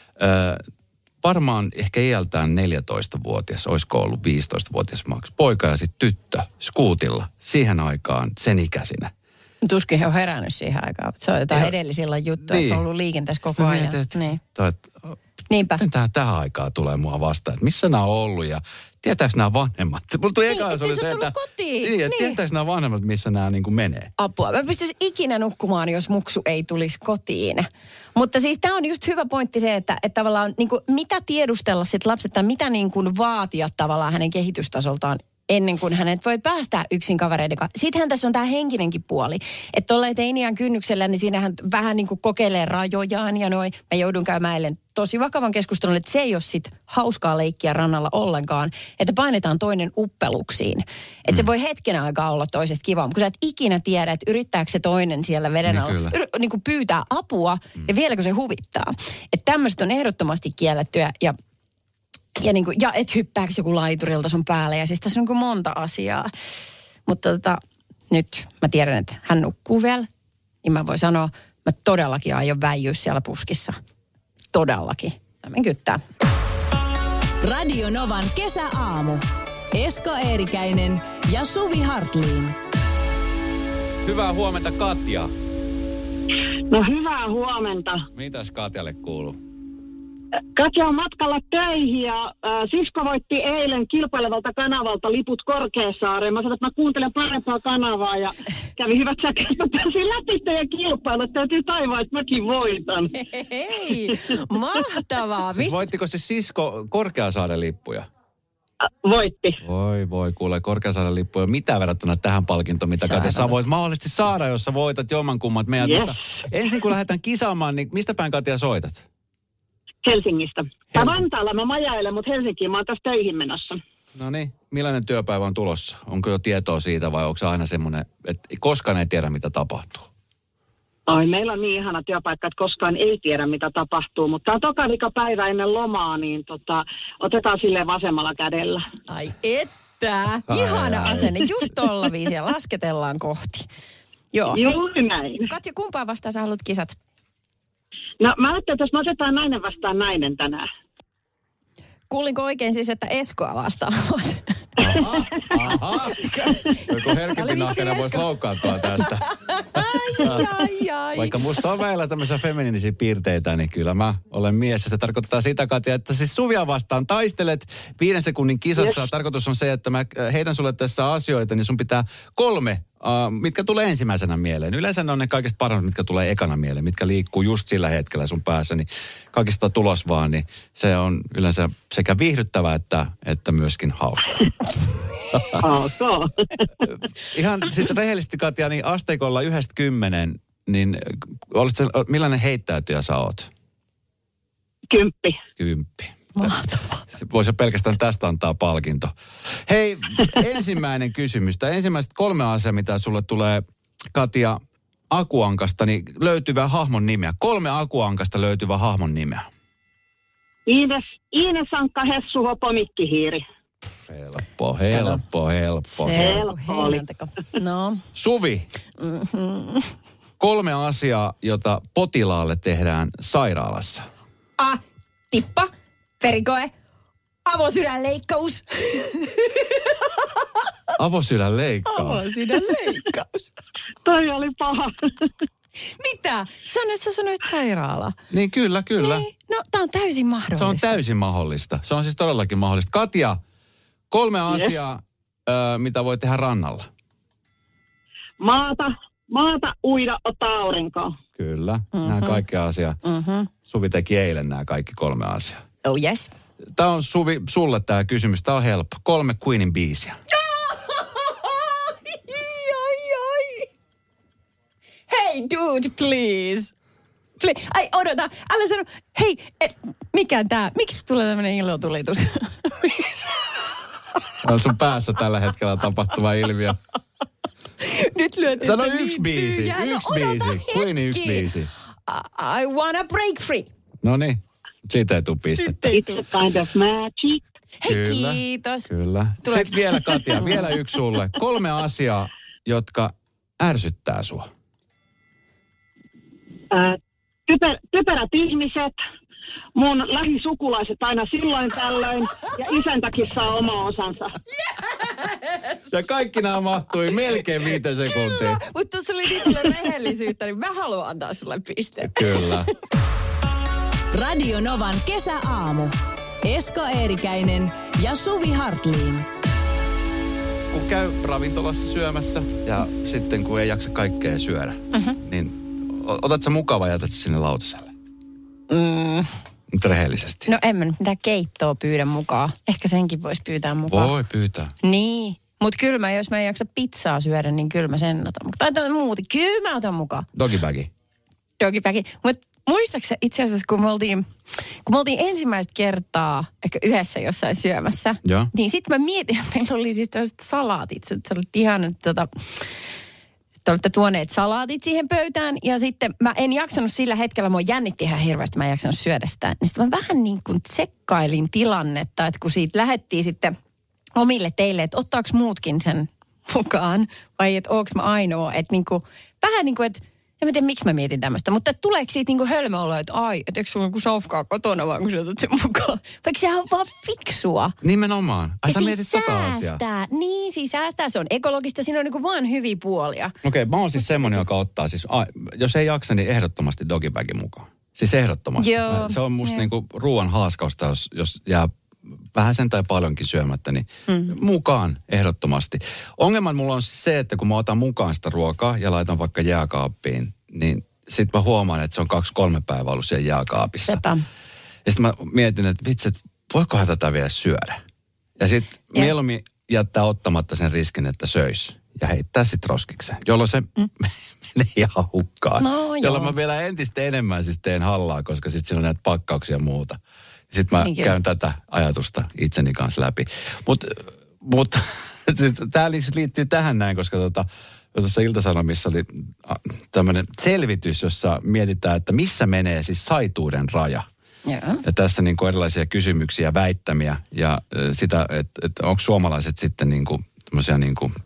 ö, varmaan ehkä iältään neljätoistavuotias, olisiko ollut viisitoistavuotias maks. Poika ja sitten tyttö skuutilla siihen aikaan sen ikäisinä. Tuskin he on herännyt siihen aikaan. Se on jotain edellisillä juttuja, niin. Että on ollut liikenteessä koko ajan. Mietin, että, niin. että, Niinpä. Miten tähän, tähän aikaan tulee mua vastaan, että missä nämä on ollut ja tietääkö nämä vanhemmat? Mulla tuli eka, niin, se oli se, että kotiin. Niin, että niin. Tietääkö nämä vanhemmat, missä nämä niin kuin menee? Apua. Mä pystyisin ikinä nukkumaan, jos muksu ei tulisi kotiin. Mutta siis tämä on just hyvä pointti se, että, että tavallaan niin kuin, mitä tiedustella sit lapset tai mitä niin kuin vaatia tavallaan hänen kehitystasoltaan ennen kuin hänet voi päästää yksin kavereiden kanssa. Sittenhän tässä on tämä henkinenkin puoli. Että tolleen teiniän kynnyksellä, niin siinähän vähän niin kuin kokeilee rajojaan ja noin. Mä joudun käymään eilen tosi vakavan keskustelun, että se ei ole sit hauskaa leikkiä rannalla ollenkaan. Että painetaan toinen uppeluksiin. Että mm. se voi hetken aikaa olla toisesta kivaa, mutta kun sä et ikinä tiedä, että yrittääkö se toinen siellä veden niin alla yr, niin kuin pyytää apua mm. ja vieläkö se huvittaa. Että tämmöiset on ehdottomasti kiellettyä ja Ja, niin kuin, ja et hyppääkö joku laiturilta sun päälle. Ja siis tässä on niin monta asiaa. Mutta tota, nyt mä tiedän, että hän nukkuu vielä. Niin mä voin sanoa, mä todellakin aion väijyä siellä puskissa. Todellakin. Mä menen kyttää. Radio Novan kesäaamu. Esko Eerikäinen ja Suvi Hartliin. Hyvää huomenta, Katja. No hyvää huomenta. Mitäs Katjalle kuuluu? Katja on matkalla töihin ja äh, sisko voitti eilen kilpailevalta kanavalta liput Korkeasaareen. Mä sanoin, että mä kuuntelen parempaa kanavaa ja kävi hyvät säkeet. Mä pääsin läpi teidän kilpailu, että täytyy taivaa, että mäkin voitan. Hei, mahtavaa. Siis voittiko se sisko Korkeasaaren lippuja? Voitti. Voi voi, kuule, Korkeasaaren lippuja. Mitä verrattuna tähän palkintoon, mitä Katja sä voit mahdollisesti saada, jos sä voitat jommankummat meidät. Yes. Mutta ensin kun lähdetään kisaamaan, niin mistä päin Katja soitat? Helsingistä. Tai Vantaalla mä majailen, mutta Helsinkiin mä oon tässä töihin menossa. No niin, millainen työpäivä on tulossa? Onko jo tietoa siitä vai onko se aina semmoinen, että koskaan ei tiedä mitä tapahtuu? Oi, meillä on niin ihana työpaikka, että koskaan ei tiedä mitä tapahtuu, mutta tämä on toka vika päivä ennen lomaa, niin tota, otetaan silleen vasemmalla kädellä. Ai että, ihana ai, asenne, just tolla viisiä, lasketellaan kohti. Joo. Juuri näin. Katja, kumpaa vastaan sä haluat kisat? No mä ajattelin, että jos me otetaan nainen vastaan nainen tänään. Kuulinko oikein siis, että Eskoa vastaan haluat? Aha, aha. Joku herkempinahkana voisi loukkaantua tästä. Ai, ai, ai. Vaikka musta on välillä tämmöisiä feminiinisiä piirteitä, niin kyllä mä olen mies. Ja se tarkoittaa sitä, Katja, että siis Suvia vastaan taistelet viiden sekunnin kisassa. Yes. Tarkoitus on se, että mä heitän sulle tässä asioita, niin sun pitää kolme, uh, mitkä tulee ensimmäisenä mieleen. Yleensä ne on ne kaikista parhaat, mitkä tulee ekana mieleen, mitkä liikkuu just sillä hetkellä sun päässä. Niin kaikista tulos vaan, niin se on yleensä sekä viihdyttävä että, että myöskin hauska. Ihan siis rehellisesti, Katja, niin asteikolla yhdestä kymmenen, niin oletko, millainen heittäytyjä sä oot? Kymppi. Kymppi. Mahtavaa. Voisi pelkästään tästä antaa palkinto. Hei, ensimmäinen kysymys. Tämä ensimmäiset kolme asiaa, mitä sulle tulee, Katja, Akuankasta, niin löytyvä hahmon nimeä. Kolme Akuankasta löytyvä hahmon nimeä. Ines, Ines Ankka, Hessu, Hopo, Mikkihiiri. Helppo, helppo, helppo. Se helppo oli. No. Suvi, mm-hmm. kolme asiaa, jota potilaalle tehdään sairaalassa. A. Tippa, verikoe, avosydänleikkaus. Avosydänleikkaus. Avosydänleikkaus. Toi oli paha. Mitä? Sanoit, sä sanoit sairaala. Niin kyllä, kyllä. Niin. No, tää on täysin mahdollista. Se on täysin mahdollista. Se on siis todellakin mahdollista. Katja, kolme asiaa, yes. ö, mitä voi tehdä rannalla. Maata, Maata, uida, ottaa aurinkoa. Kyllä, mm-hmm. nämä kaikki asiat. Mm-hmm. Suvi teki eilen nämä kaikki kolme asiaa. Oh yes. Tämä on Suvi, sulle tämä kysymys. Tämä on helppo. Kolme Queenin biisiä. Hey dude, please. please. Ai odota, älä sano. Hei, et, mikä tää? Miksi tulee tämmönen ilotulitus? On sun päässä tällä hetkellä tapahtuva ilmiö. Nyt lyötiin Tämä on se yksi niin biisi, tyhjää. yksi No, biisi. Queenin yksi biisi. I, I wanna break free. No niin, siitä ei tule pistettä. It's a kind of magic. Hei, Kyllä, kiitos. Kyllä. Tulee. Sitten vielä Katja, vielä yksi sulle. Kolme asiaa, jotka ärsyttää sua. Ää, typer, typerät ihmiset, mun lähisukulaiset aina silloin tällöin, ja isäntäkin saa oma osansa. Ja kaikki nämä mahtui melkein viiteen sekuntiin. Mutta tuossa oli niin paljon rehellisyyttä, niin mä haluan antaa sulle pisteen. Kyllä. Radio Novan kesäaamu. Esko Eerikäinen ja Suvi Hartliin. Kun käy ravintolassa syömässä ja sitten kun ei jaksa kaikkea syödä, mm-hmm. niin otat sä mukava ja jätät sinne lautaselle? Mm. Nyt rehellisesti. No en mä nyt mitään keittoa pyydä mukaan. Ehkä senkin voisi pyytää mukaan. Voi pyytää. Niin. Mutta kyllä mä, jos mä en jaksa pizzaa syödä, niin kyllä mä sen otan mukaan. Tai muuta, kyllä mä otan mukaan. Dogibagi. Dogibagi. Mutta muistaaksä itse asiassa, kun me oltiin, kun me oltiin ensimmäistä kertaa ehkä yhdessä jossain syömässä, Joo. niin sitten mä mietin, että meillä oli siis tällaiset salaatit. Sä olit ihan, että tota, te olette tuoneet salaatit siihen pöytään ja sitten mä en jaksanut sillä hetkellä, mua jännitti ihan hirveästi, mä en jaksanut syödä sitä. Niin sitten mä vähän niin kuin tsekkailin tilannetta, että kun siitä lähdettiin sitten omille teille, että ottaako muutkin sen mukaan vai että oonko mä ainoa, että niin kuin, vähän niin kuin, että en mä tiedä, miksi mä mietin tämmöistä, mutta tuleeko siitä niinku hölmöoloa, että ai, että eikö sulla joku safkaa kotona vaan, kun sä otat sen mukaan? Vaikka sehän on vaan fiksua. Nimenomaan. Ai ja sä siis mietit tota asiaa. säästää. Niin, siis säästää. Se on ekologista, siinä on niinku vaan hyviä puolia. Okei, okay, mä oon siis semmonen, joka ottaa siis, a, jos ei jaksa, niin ehdottomasti dogibagin mukaan. Siis ehdottomasti. Joo. Se on musta Joo. niinku ruoan haaskausta, jos, jos jää vähän sen tai paljonkin syömättä, niin mm. mukaan ehdottomasti. Ongelma mulla on se, että kun mä otan mukaan sitä ruokaa ja laitan vaikka jääkaappiin, niin sit mä huomaan, että se on kaksi kolme päivää ollut siellä jääkaapissa. Sepä. Ja sit mä mietin, että vitsi, että voikohan tätä vielä syödä. Ja sit Ja. mieluummin jättää ottamatta sen riskin, että söis ja heittää sit roskikseen, jolloin se mm. menee ihan hukkaan. No, jolloin joo. mä vielä entistä enemmän siis teen hallaa, koska sit siinä on näitä pakkauksia ja muuta. Sitten mä Niin käyn tätä ajatusta itseni kanssa läpi. Mutta mut, tämä liittyy tähän näin, koska tota, tuossa Ilta-Sanomissa oli tämmöinen selvitys, jossa mietitään, että missä menee siis saituuden raja. Joo. Ja tässä niin kuin erilaisia kysymyksiä, väittämiä ja sitä, että, että onko suomalaiset sitten niin kuin tämmöisiä niin kuin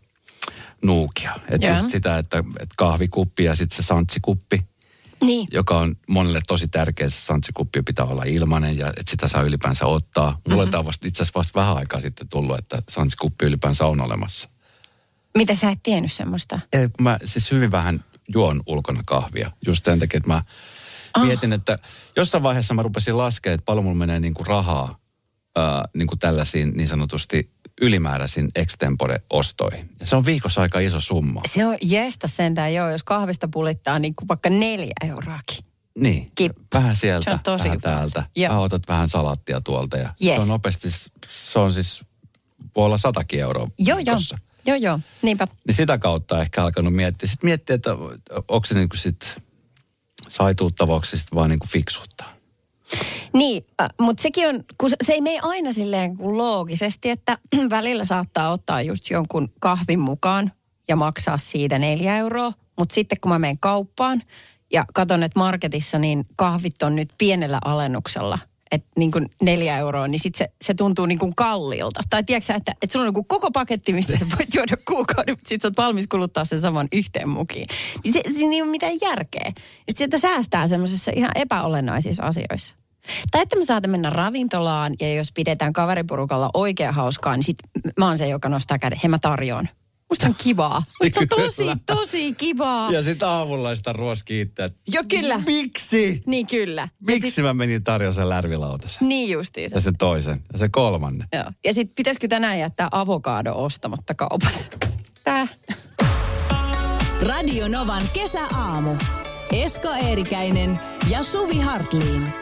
nuukia. Että Joo. just sitä, että, että kahvikuppi ja sitten se santsikuppi, Niin. joka on monelle tosi tärkeä, se santsikuppi pitää olla ilmainen ja että sitä saa ylipäänsä ottaa. Mulle tämä on vasta, itse asiassa vasta vähän aikaa sitten tullut, että santsikuppi ylipäänsä on olemassa. Mitä sä et tiennyt semmoista? Ei, mä siis hyvin vähän juon ulkona kahvia. Just sen takia, että mä ah. mietin, että jossain vaiheessa mä rupesin laskemaan, että paljon mulla menee niinku rahaa ää, niinku tällaisiin niin sanotusti ylimääräisiin extempore-ostoihin. Ja se on viikossa aika iso summa. Se on jeesta sentään joo, jos kahvista pulittaa niin kuin vaikka neljä euroakin. Niin, Kip. vähän sieltä, Se on tosi vähän hyvä. täältä. Joo. Mä otat vähän salattia tuolta ja Yes. se on nopeasti, se on siis, voi olla satakin euroa Joo, joo. viikossa. Joo, joo. Niinpä. Niin sitä kautta ehkä alkanut miettiä. Sitten miettiä, että onko se niinku sit saituuttava, onko se sit vaan niinku fiksuutta. Niin, äh, mutta sekin on, kun se, se ei mene aina silleen kuin loogisesti, että välillä saattaa ottaa just jonkun kahvin mukaan ja maksaa siitä neljä euroa. Mutta sitten kun mä menen kauppaan ja katson, että marketissa niin kahvit on nyt pienellä alennuksella, että niin kuin neljä euroa, niin sitten se, se tuntuu niin kuin kalliilta. Tai tiedätkö sä, että, että sulla on niin koko paketti, mistä sä voit juoda kuukauden, mutta sitten sä oot valmis kuluttaa sen saman yhteen mukiin. Niin se, siinä ei ole mitään järkeä. Ja sitten sieltä säästää semmoisissa ihan epäolennaisissa asioissa. Tai että me saatamme mennä ravintolaan ja jos pidetään kaveriporukalla oikein hauskaa, niin sit mä oon se, joka nostaa käden. Hei, mä tarjoan. Musta on kivaa. Musta on tosi, tosi kivaa. Ja sitten aamulla sitä ruoski itse. Joo, kyllä. Miksi? Niin kyllä. Miksi sit, mä menin tarjoamaan sen lärvilautasen? niin justiinsa. Ja sen toisen. Ja sen kolmannen. Joo. Ja sit pitäisikö tänään jättää avokaado ostamatta kaupassa? Tää. Radio Novan kesäaamu. Esko Eerikäinen ja Suvi Hartliin.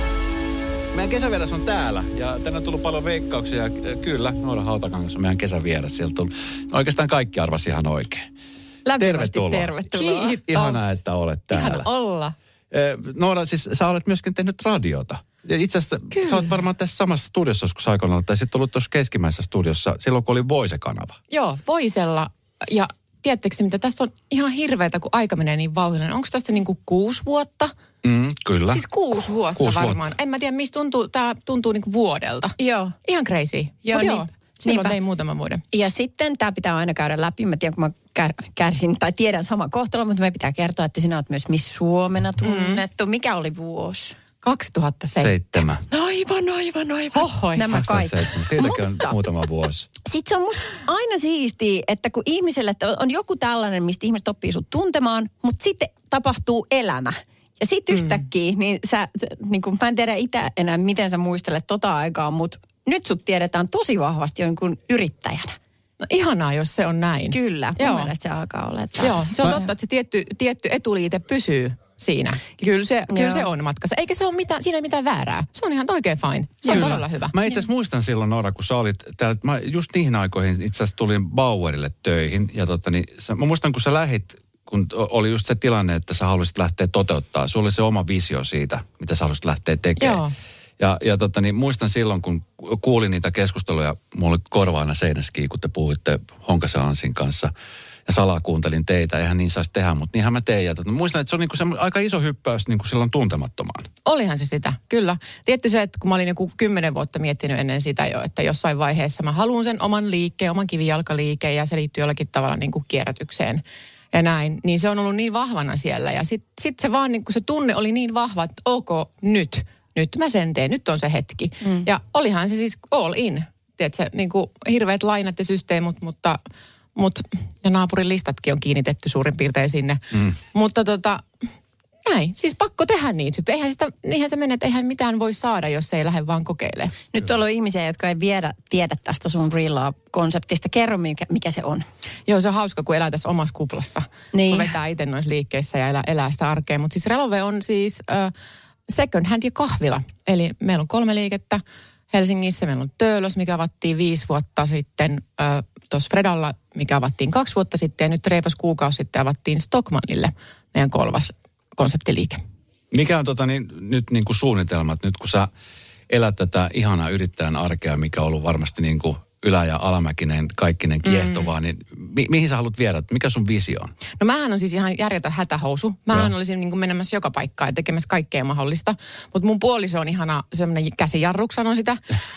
Meidän kesävieras on täällä ja tänne on tullut paljon veikkauksia. Kyllä, Noora Hautakangas on meidän kesävieras. Sieltä tullut. No oikeastaan kaikki arvasi ihan oikein. Tervetuloa. Tervetuloa. Kiitos. Ihanaa, että olet täällä. Ihana olla. Noora, siis sä olet myöskin tehnyt radiota. Ja itse asiassa Kyllä. sä oot varmaan tässä samassa studiossa joskus aikoinaan, tai sitten ollut tuossa keskimmäisessä studiossa silloin, kun oli Voise-kanava. Joo, Voisella. Ja tiedättekö mitä, tässä on ihan hirveätä, kun aika menee niin vauhdilla. Onko tästä niin kuin kuusi vuotta? Mm, kyllä. Siis kuusi vuotta kuusi varmaan. Vuotta. En mä tiedä, mistä tuntuu, tää tuntuu niin kuin vuodelta. Joo. Ihan crazy. Joo, niin, joo. Silloin tein muutaman vuoden. Ja sitten tämä pitää aina käydä läpi. Mä tiedän, kun mä kär, kärsin, tai tiedän sama kohtalo, mutta me pitää kertoa, että sinä olet myös Miss Suomena tunnettu. Mm. Mikä oli vuosi? kaksituhattaseitsemän. Aivan, aivan, aivan. Oho, nämä kaikki. Siitäkin on muutama vuosi. Sitten se on musta aina siistiä, että kun ihmiselle on joku tällainen, mistä ihmiset oppii sut tuntemaan, mutta sitten tapahtuu elämä. Ja sitten mm. yhtäkkiä, niin sä, niin kun, mä en tiedä itse enää, miten sä muistelet tota aikaa, mutta nyt sut tiedetään tosi vahvasti jonkun yrittäjänä. No ihanaa, jos se on näin. Kyllä, mun mielestä se alkaa olla. Että... Joo, se on totta, että se tietty, tietty etuliite pysyy siinä. Kyllä se, kyllä se on matkassa. Eikä se ole mitään, siinä ei mitään väärää. Se on ihan oikein fine. Se kyllä. on todella hyvä. Mä itse asiassa muistan silloin, Noora, kun sä olit täällä, mä just niihin aikoihin itse asiassa tulin Bauerille töihin. Ja tota, niin, sä, mä muistan, kun sä lähit, kun oli just se tilanne, että sä haluaisit lähteä toteuttaa. Sulla oli se oma visio siitä, mitä sä haluaisit lähteä tekemään. Joo. Ja, ja tota, niin muistan silloin, kun kuulin niitä keskusteluja, mulla oli korvaana seinäskin, kun te puhuitte Honkasen Anssin kanssa. Ja salaa kuuntelin teitä, eihän niin saisi tehdä, mutta niinhän mä tein. Ja tota, muistan, että se on niinku se aika iso hyppäys niinku silloin tuntemattomaan. Olihan se sitä, kyllä. Tietty se, että kun mä olin joku kymmenen vuotta miettinyt ennen sitä jo, että jossain vaiheessa mä haluan sen oman liikkeen, oman kivijalkaliikkeen ja se liittyy jollakin tavalla niinku kierrätykseen. Ja näin, niin se on ollut niin vahvana siellä. Ja sitten sit se vaan, niin kun se tunne oli niin vahva, että ok, nyt, nyt mä sen teen, nyt on se hetki. Mm. Ja olihan se siis all in. Tiedätkö, niin kuin hirveät lainat ja systeemut, mutta, mutta ja naapurin listatkin on kiinnitetty suurin piirtein sinne. Mm. Mutta tota, näin, siis pakko tehdä niitä. Eihän, sitä, eihän se mene, että eihän mitään voi saada, jos ei lähde vaan kokeilemaan. Nyt tuolla on ihmisiä, jotka ei viedä, tiedä tästä sun Real Love-konseptista. Kerro, mikä, mikä se on. Joo, se on hauska, kun elää tässä omassa kuplassa. Niin. Kun vetää itse noissa liikkeissä ja elää, elää sitä arkea. Mutta siis Relove on siis äh, second hand ja kahvila. Eli meillä on kolme liikettä Helsingissä. Meillä on Töölös, mikä avattiin viisi vuotta sitten. Äh, Tuossa Fredalla, mikä avattiin kaksi vuotta sitten. Ja nyt reipas kuukausi sitten avattiin Stockmannille meidän kolmas konseptiliike. Mikä on tota, niin, nyt niin kuin suunnitelmat, nyt kun sä elät tätä ihanaa yrittäjän arkea, mikä on ollut varmasti niin kuin ylä- ja alamäkinen, kaikkinen kiehtovaa, mm. niin mi- mihin sä haluat viedä? Mikä sun visio on? No mähän on siis ihan järjetön hätähousu. Mähän olisin niin kuin menemässä joka paikkaan ja tekemässä kaikkea mahdollista. Mutta mun puoliso on ihana semmoinen käsijarruk, sanon sitä.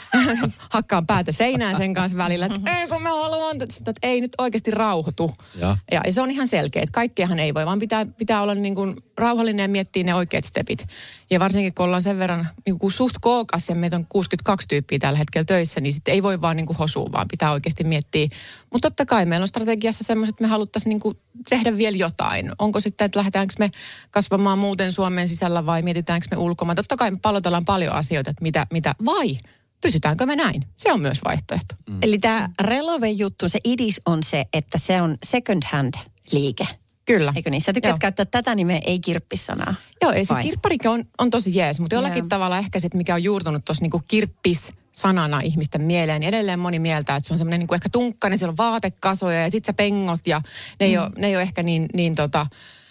Hakkaan päätä seinään sen kanssa välillä, että ei kun mä haluan, että ei nyt oikeasti rauhoitu. Ja, ja, ja se on ihan selkeä, että kaikkeahan ei voi, vaan pitää, pitää olla niin kuin rauhallinen ja miettiä ne oikeat stepit. Ja varsinkin kun ollaan sen verran niin kuin suht kookas ja meitä on kuusikymmentäkaksi tyyppiä tällä hetkellä töissä, niin sitten ei voi vaan niin kuin hosua, vaan pitää oikeasti miettiä. Mutta totta kai meillä on strategiassa semmoiset, että me haluttaisiin niin kuin tehdä vielä jotain. Onko sitten, että lähdetäänkö me kasvamaan muuten Suomen sisällä vai mietitäänkö me ulkomaan. Totta kai me pallotellaan paljon asioita, että mitä, mitä vai pysytäänkö me näin. Se on myös vaihtoehto. Mm. Eli tämä Relove-juttu, se idis on se, että se on second hand liike. Kyllä. Eikö niin? Sä tykkäät käyttää tätä nimeä, ei kirppissanaa. Joo, ei siis kirpparikin on, on tosi jees, mutta jollakin Joo. tavalla ehkä sit, mikä on juurtunut tuossa niinku kirppis sanana ihmisten mieleen, niin edelleen moni mieltää, että se on semmoinen niinku ehkä tunkkainen, siellä on vaatekasoja ja sit sä pengot ja ne, mm. ei, ole, ne ei ole ehkä niin, niin tota,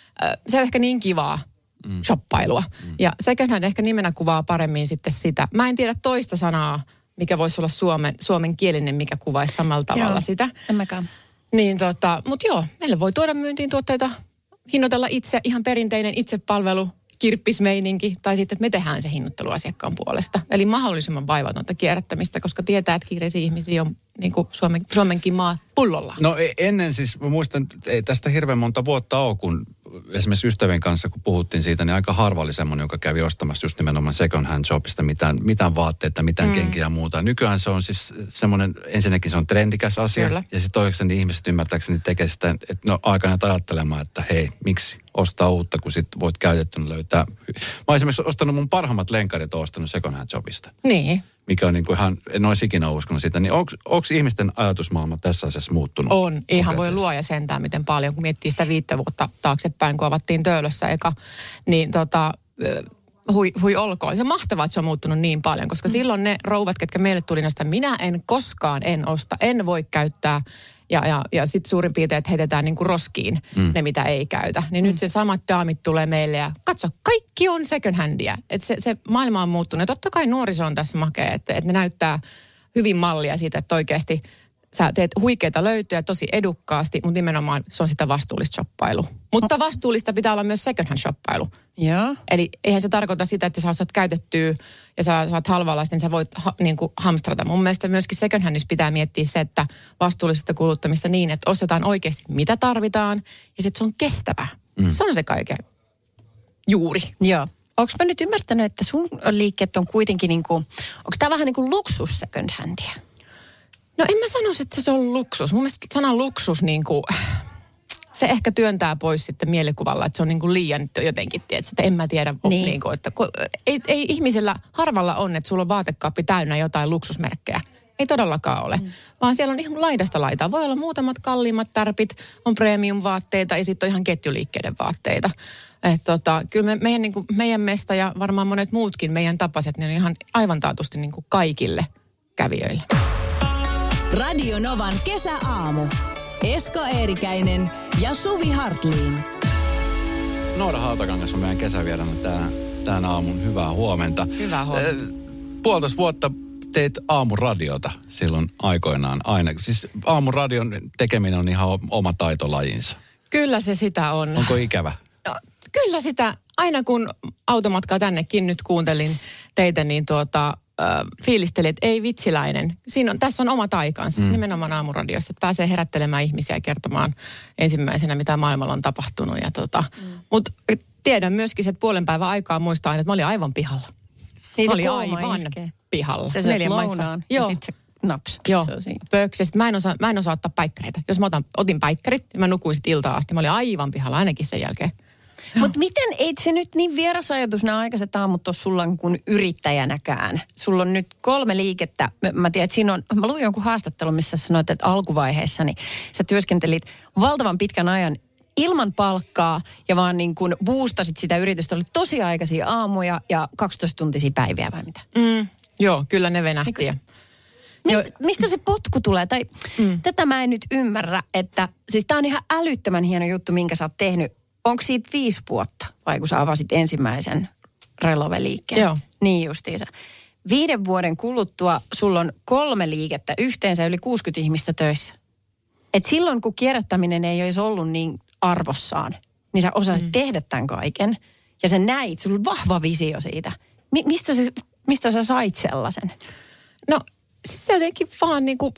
se on ehkä niin kivaa mm. shoppailua. Mm. Ja secondhand ehkä nimenä kuvaa paremmin sitten sitä. Mä en tiedä toista sanaa, mikä voisi olla suomen, suomenkielinen, mikä kuvaisi samalla tavalla Joo. sitä. En mäkään. Niin tota, mutta joo, meille voi tuoda myyntiin tuotteita, hinnoitella itse, ihan perinteinen itsepalvelu, kirppismeininki, tai sitten, että me tehdään se hinnoittelu asiakkaan puolesta. Eli mahdollisimman vaivatonta kierrättämistä, koska tietää, että kiireisiä ihmisiä on niin kuin Suomen, Suomenkin maa pullolla. No ennen siis, mä muistan, ei tästä hirveän monta vuotta ole, kun esimerkiksi ystävien kanssa, kun puhuttiin siitä, niin aika harva oli semmoinen, joka kävi ostamassa just nimenomaan second hand shopista mitään, mitään vaatteita, mitään mm. kenkiä ja muuta. Nykyään se on siis semmoinen, ensinnäkin se on trendikäs asia. Kyllä. Ja sitten toiseksi niin ihmiset ymmärtääkseni tekee sitä, että no aikana ajattelemaan, että hei, miksi? ostaa uutta, kun sit voit käytettynä löytää. Mä oon esimerkiksi ostanut mun parhaimmat lenkarit, oon ostanut second hand shopista. Niin. Mikä on niin kuin ihan, en olisi ikinä uskonut sitä. Niin onko ihmisten ajatusmaailma tässä asiassa muuttunut? On. Ihan voi luoja sentään, miten paljon. Kun miettii sitä viittä vuotta taaksepäin, kun avattiin Töölössä eka, niin tota... Hui, hui olkoon. Se on mahtavaa, että se on muuttunut niin paljon, koska mm. silloin ne rouvat, ketkä meille tuli näistä, minä en koskaan en osta, en voi käyttää. Ja, ja, ja sitten suurin piirtein, että heitetään niinku roskiin mm. ne, mitä ei käytä. Niin mm. nyt se samat daamit tulee meille ja katso, kaikki on second handia. Että se, se maailma on muuttunut. Ja totta kai nuoriso on tässä makea, että, että ne näyttää hyvin mallia siitä, että oikeasti sä teet huikeita löytöjä tosi edukkaasti, mutta nimenomaan se on sitä vastuullista shoppailua. Mutta vastuullista pitää olla myös second hand shoppailu. Joo. Eli eihän se tarkoita sitä, että sä osaat käytettyä ja sä saat halvalla, niin sä voit ha, niin kuin hamstrata. Mun mielestä myöskin second handissa pitää miettiä se, että vastuullisesta kuluttamista niin, että ostetaan oikeasti mitä tarvitaan ja sitten se on kestävää. Mm. Se on se kaiken juuri. Joo. Onko mä nyt ymmärtänyt, että sun liikkeet on kuitenkin niin kuin, onko tämä vähän niin kuin luksus second handia? No en mä sanoisi, että se on luksus. Mun mielestä sana luksus niin kuin, se ehkä työntää pois sitten mielikuvalla, että se on niin kuin liian jotenkin, että en mä tiedä, niin. Niin kuin, että ei, ei ihmisellä harvalla on, että sulla on vaatekaappi täynnä jotain luksusmerkkejä. Ei todellakaan ole, mm. vaan siellä on ihan laidasta laitaa. Voi olla muutamat kalliimmat tärpit, on premium-vaatteita ja sitten on ihan ketjuliikkeiden vaatteita. Että tota, kyllä me, meidän, niin kuin, meidän mesta ja varmaan monet muutkin meidän tapaset, niin on ihan aivan taatusti niin kuin kaikille kävijöille. Radio Novan kesäaamu. Esko Eerikäinen ja Suvi Hartliin. Noora Hautakangas on meidän kesävieraana tämän, tämän aamun. Hyvää huomenta. Hyvää huomenta. Puolitoista vuotta teit aamuradiota silloin aikoinaan aina. Siis aamuradion tekeminen on ihan oma taitolajinsa. Kyllä se sitä on. Onko ikävä? No, kyllä sitä. Aina kun automatkaa tännekin nyt kuuntelin teitä, niin tuota... fiilisteli, että ei vitsiläinen. Siinä on, tässä on oma taikansa, mm. nimenomaan aamuradiossa, että pääsee herättelemään ihmisiä ja kertomaan ensimmäisenä, mitä maailmalla on tapahtunut. Ja tota, mm. Mutta tiedän myöskin, että puolen päivän aikaa muistaa aina, että mä olin aivan pihalla. Niin mä se olin aivan iskee. pihalla. Se syöt lounaan ja sitten se naps. Joo, se pöksestä. Mä en osaa, mä en osaa ottaa päikkäreitä. Jos mä otan, otin päikkärit, niin mä nukuin sitten iltaa asti. Mä olin aivan pihalla ainakin sen jälkeen. Mutta miten, ei se nyt niin vieras ajatus nämä aikaiset aamut ole sulla kuin yrittäjänäkään? Sulla on nyt kolme liikettä. Mä, mä tiedän, että siinä on, mä luin jonkun haastattelun, missä sä sanoit, että alkuvaiheessa niin sä työskentelit valtavan pitkän ajan ilman palkkaa ja vaan niin kuin boostasit sitä yritystä. Oli tosi aikaisia aamuja ja kaksitoista tuntisia päiviä vai mitä? Mm, joo, kyllä ne venähti. Niin, mistä, mistä se potku tulee? Tai mm. tätä mä en nyt ymmärrä, että siis tää on ihan älyttömän hieno juttu, minkä sä oot tehnyt. Onko siitä viisi vuotta, vai kun sä avasit ensimmäisen Relove-liikkeen? Joo. Niin justiinsa. Viiden vuoden kuluttua sulla on kolme liikettä, yhteensä yli kuusikymmentä ihmistä töissä. Et silloin, kun kierrättäminen ei olisi ollut niin arvossaan, niin sä osasit mm. tehdä tämän kaiken. Ja sä näit, sulla on vahva visio siitä. Mi- mistä, se, mistä sä sait sellaisen? No, siis se jotenkin vaan niinku...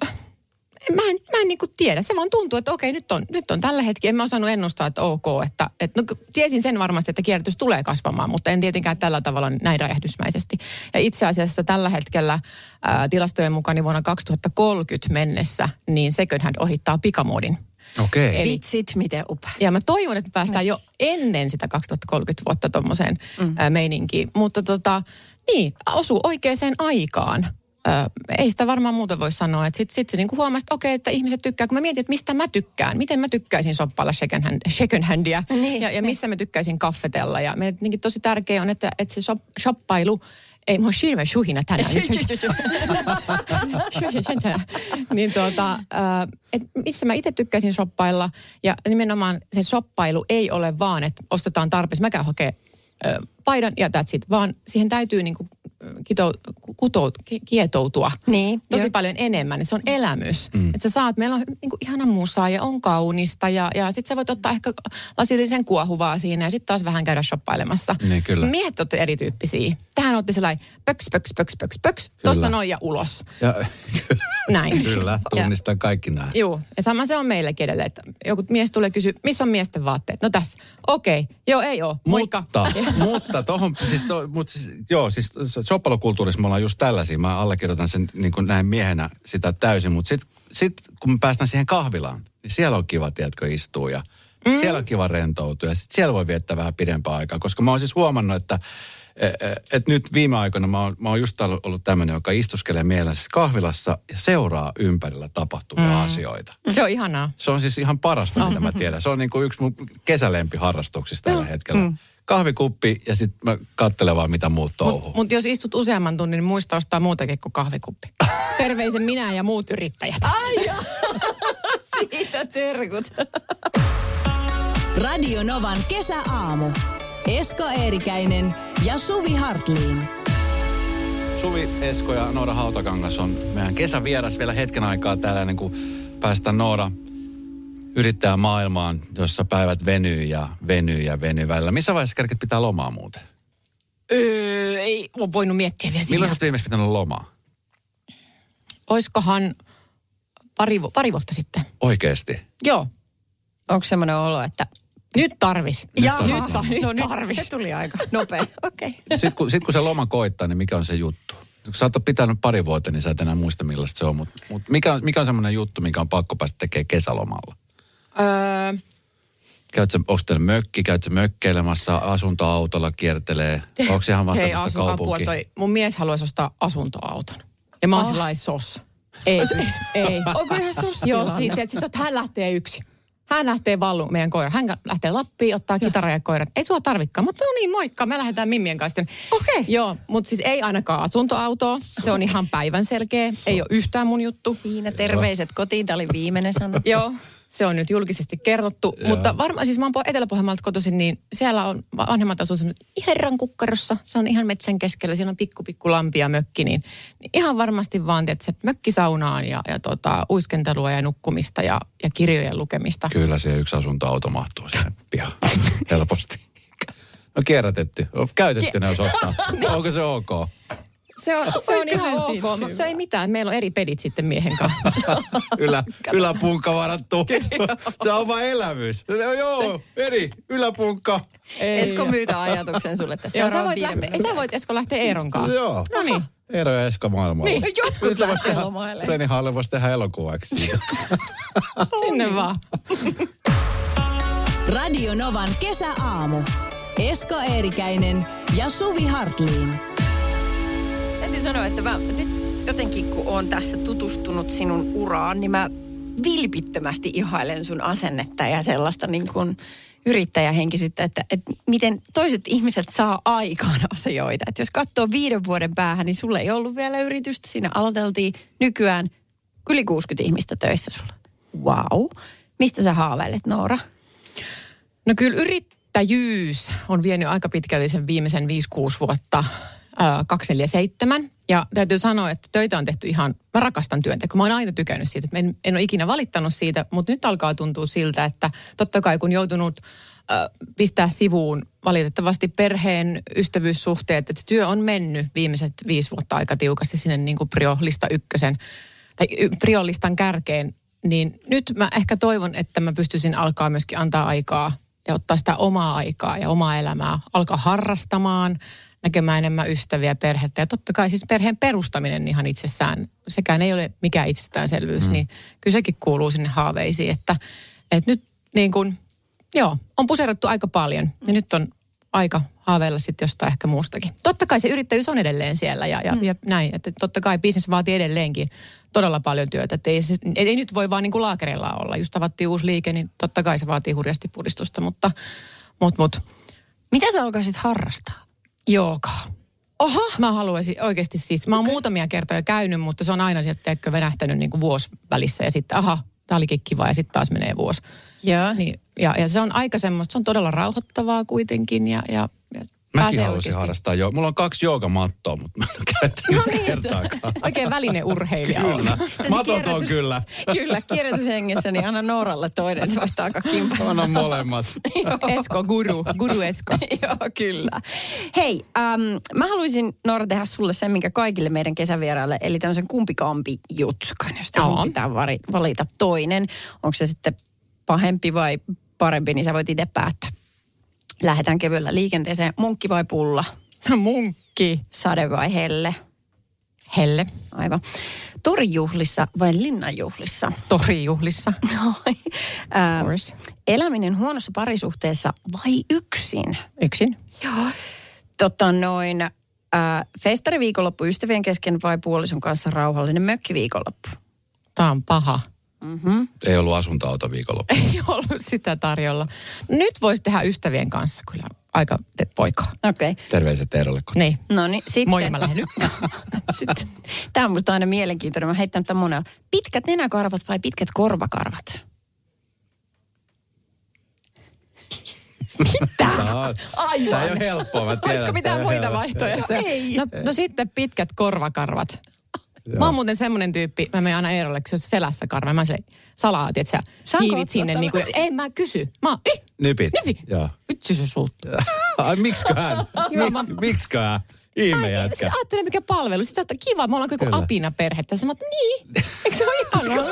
Mä en, mä en niin kuin tiedä. Se vaan tuntuu, että okei, nyt on, nyt on tällä hetkellä. En mä osannut ennustaa, että ok. Että, että no, tiesin sen varmasti, että kierrätys tulee kasvamaan, mutta en tietenkään tällä tavalla näin räjähdysmäisesti. Ja itse asiassa tällä hetkellä ää, tilastojen mukaan niin vuonna kaksituhattakolmekymmentä mennessä niin second hand ohittaa pikamuodin. Okei. Okay. Vitsit, miten upea. Ja mä toivon, että päästään jo ennen sitä kaksituhattakolmekymmentä vuotta tommoseen mm. ää, meininkiin. Mutta tota, niin, osuu oikeaan aikaan. Ö, ei sitä varmaan muuta voi sanoa. Sitten sit se niinku huomasi, että okei, että ihmiset tykkää. Kun mä mietin, että mistä mä tykkään. Miten mä tykkäisin shoppailla second, hand, second handia. Niin, ja, ja missä mä tykkäisin kaffetella. Ja meille niin tosi tärkeää on, että, että se shop, shoppailu... Ei, mun hirveä shuhina tänään. Niin tuota, että missä mä itse tykkäisin shoppailla. Ja nimenomaan se shoppailu ei ole vaan, että ostetaan tarpeeksi. Mä käyn hakemaan paidan ja that's it. Vaan siihen täytyy niinku Kito, kuto, kietoutua niin, tosi jo. paljon enemmän. Se on elämys. Mm. Että sä saat, meillä on niin kuin ihana musaa ja on kaunista ja, ja sit sä voit ottaa ehkä lasillisen kuohuvaa siinä ja sitten taas vähän käydä shoppailemassa. Niin, kyllä. Miehet olette erityyppisiä. Tähän olette sellainen pöks, pöks, pöks, pöks, pöks, tosta noin ja ulos. Ja, näin. Kyllä, tunnistan ja, kaikki nämä. Joo, ja sama se on meillekin edelleen, että joku mies tulee kysyä, missä on miesten vaatteet? No tässä, okei, okay. Joo, ei ole, moikka. Mutta, mutta tohon, siis, to, mutta siis, joo, siis shoppailukulttuurissa me ollaan just tällaisia. Mä allekirjoitan sen niin kuin näin miehenä sitä täysin, mutta sitten sit, kun me päästään siihen kahvilaan, niin siellä on kiva, tiedätkö, istuu ja Mm. Siellä on kiva rentoutua ja sitten siellä voi viettää vähän pidempää aikaa. Koska mä oon siis huomannut, että et nyt viime aikoina mä oon, mä oon just ollut tämmöinen, joka istuskelee mielessä kahvilassa ja seuraa ympärillä tapahtuvia mm. asioita. Se on ihanaa. Se on siis ihan parasta, mitä mä tiedän. Se on niin kuin yksi mun kesälempiharrastuksista tällä hetkellä. Mm. Kahvikuppi ja sitten mä katselen vaan, mitä muut touhuu. Mutta mut jos istut useamman tunnin, niin muista ostaa muutakin kuin kahvikuppi. Terveisen minä ja muut yrittäjät. Ai joo. Siitä terkut. Radio Novan kesäaamu. Esko Eerikäinen ja Suvi Hartliin. Suvi, Esko ja Noora Hautakangas on meidän kesävieras vielä hetken aikaa täällä ennen kuin päästään Noora yrittää maailmaan, jossa päivät venyy ja venyy ja venyy välillä. Missä vaiheessa kerket pitää lomaa muuten? Öö, ei ole voinut miettiä vielä siinä. Milloin olet viimeksi pitänyt lomaa? Oiskohan pari, pari vuotta sitten. Oikeesti? Joo. Onko semmoinen olo, että nyt tarvis. Nyt, Jaa, tarvis. nyt, nyt, no, nyt tarvis. Se tuli aika nopea. Okei. Okay. Sitten kun, sit kun se loma koittaa, niin mikä on se juttu? Kun sä oot pitänyt pari vuotta, niin sä et enää muista millaista se on. Mutta mut mikä, mikä on semmoinen juttu, mikä on pakko päästä tekemään kesälomalla? Öö, Käytkö ostele mökki, käytkö mökkeilemassa asuntoautolla, kiertelee? Onko se ihan vaan hei, tämmöistä asu, kaupunkia? toi, mun mies haluaisi ostaa asuntoauton. Ja mä oon oh. sillai sos. Ei, ei. Onko ihan sos Joo, siitä, että sit, hän lähtee yksi. Hän lähtee valluun meidän koira. Hän lähtee Lappiin, ottaa kitara ja koirat. Ei sua tarvikaan. Mutta no niin, moikka. Me lähdetään Mimmien kanssa. Okei. Okay. Joo, mutta siis ei ainakaan asuntoautoa. Se on ihan päivänselkeä. Ei ole yhtään mun juttu. Siinä terveiset kotiin. Tämä oli viimeinen sana. Joo, se on nyt julkisesti kerrottu. Joo. Mutta varmaan, siis mä oon Etelä-Pohjanmaalta kotoisin, niin siellä on vanhemmat asuu ihan kukkarossa. Se on ihan metsän keskellä. Siellä on pikku pikku lampi ja mökki. Niin, niin ihan varmasti vaan, että se mökkisaunaan ja, ja tota, uiskentelua ja nukkumista ja, ja kirjojen lukemista. Kyllä siihen yksi asuntoauto mahtuu sinne pihaan helposti. No kierrätetty. Käytettynä jos ostaa. Onko se ok? Se on, se on ihan ok, mutta se ei mitään. Meillä on eri pedit sitten miehen kanssa. Ylä, yläpunkka varattu. Se on vaan elämys. Joo, eri, yläpunkka. Ei. Esko myytä ajatuksen sulle tässä. Joo, sä voit, lähteä, sä voit Esko lähteä Eeron kanssa. Joo. No niin. Eero ja Esko maailmalla. Niin, jotkut lähtee lomaille. Renihalle voisi tehdä elokuvaksi siitä. Sinne vaan. Radio Novan kesäaamu. Esko Eerikäinen ja Suvi Hartliin. Täytyy sanoa, että mä nyt jotenkin kun oon tässä tutustunut sinun uraan, niin mä vilpittömästi ihailen sun asennetta ja sellaista niin kuin yrittäjähenkisyyttä, että, että miten toiset ihmiset saa aikaan asioita. Että jos katsoo viiden vuoden päähän, niin sulla ei ollut vielä yritystä. Siinä aloiteltiin nykyään yli kuusikymmentä ihmistä töissä sulla. Vau. Wow. Mistä sä haaveilet, Noora? No kyllä yrittäjyys on vienyt aika pitkälti sen viimeisen viisi kuusi vuotta. kaksi neljä seitsemän. Ja täytyy sanoa, että töitä on tehty ihan, mä rakastan työntekoa. Mä oon aina tykännyt siitä, että en, en ole ikinä valittanut siitä, mutta nyt alkaa tuntua siltä, että totta kai kun joutunut äh, pistää sivuun valitettavasti perheen ystävyyssuhteet, että työ on mennyt viimeiset viisi vuotta aika tiukasti sinne niin kuin priolista ykkösen, tai priolistan kärkeen, niin nyt mä ehkä toivon, että mä pystyisin alkaa myöskin antaa aikaa ja ottaa sitä omaa aikaa ja omaa elämää, alkaa harrastamaan, näkemään enemmän ystäviä, perhettä. Ja totta kai siis perheen perustaminen ihan itsessään, sekään ei ole mikään itsestäänselvyys, mm. niin kyllä sekin kuuluu sinne haaveisiin. Että, että nyt niin kuin, joo, on puserattu aika paljon ja nyt on aika haaveilla sitten jostain ehkä muustakin. Totta kai se yrittäjyys on edelleen siellä ja, ja, mm. ja näin, että totta kai business vaatii edelleenkin todella paljon työtä. Että ei, se, ei, ei nyt voi vaan niin kuin laakereilla olla. Just avattiin uusi liike, niin totta kai se vaatii hurjasti puristusta, mutta mut, mut. Mitä sä alkaisit harrastaa? Joogaa. Oho. Mä haluaisin oikeasti siis, mä oon okay. muutamia kertoja käynyt, mutta se on aina sieltä venähtänyt niin kuin vuosi välissä ja sitten aha, tää olikin kiva ja sitten taas menee vuosi. Joo. Niin, ja, ja se on aika semmoista, se on todella rauhoittavaa kuitenkin ja, ja, ja mäkin haluaisin harrastaa joo. Mulla on kaksi joogamattoa, mutta mä en ole käyttänyt no niin, kertaakaan. Oikein välineurheilija. Kyllä. Matot on kyllä. Kyllä, kierrätyshengessä, niin anna Nooralle toinen, vaikka aika kimpassa. Anna molemmat. Esko, guru, guru Esko. Joo, kyllä. Hei, ähm, mä haluaisin Noora tehdä sulle sen, minkä kaikille meidän kesävieraille, eli tämmöisen kumpikampi-jutskan, josta sun pitää valita toinen. Onko se sitten pahempi vai parempi, niin sä voit itse päättää. Lähdetään kevyellä liikenteeseen. Munkki vai pulla? Munkki. Sade vai helle? Helle. Aivan. torijuhlissa vai linnanjuhlissa? Torijuhlissa. Of course. Eläminen huonossa parisuhteessa vai yksin? Yksin. Joo. Tota noin, äh, festariviikonloppu ystävien kesken vai puolison kanssa rauhallinen mökkiviikonloppu? Tää on paha. Mm-hmm. Ei ollut asuntoauto viikonloppu. Ei ollut sitä tarjolla. Nyt voisi tehdä ystävien kanssa kyllä aika te- poikaa. Okei. Okay. Terveiset Eerolle kotiin. Niin. No niin, sitten. Moi, mä lähden nyt. Sitten. Tämä on musta aina mielenkiintoinen. Mä heittänyt tämän monella. Pitkät nenäkarvat vai pitkät korvakarvat? Mitä? Aivan. Tämä ei ole helppoa, mä tiedän. Olisiko mitään muita vaihtoehtoja? No, ei. no, no sitten pitkät korvakarvat. Joo. Mä oon muuten semmoinen tyyppi, mä menen aina Eerolle, kun se on selässä karva. Mä se salaat, että sä hiivit sinne niin kuin, ei mä kysy. Mä oon, eh, Nypit. Nypit. Joo. Vitsi se suuttuu. Ai miksiköhän? Mik, miksiköhän? Ihme jätkä. Siis ajattele mikä palvelu. Sitten sä kiva, me ollaan joku apina-perhettä. Sä mä oot, niin. Eikö se ole ihanaa?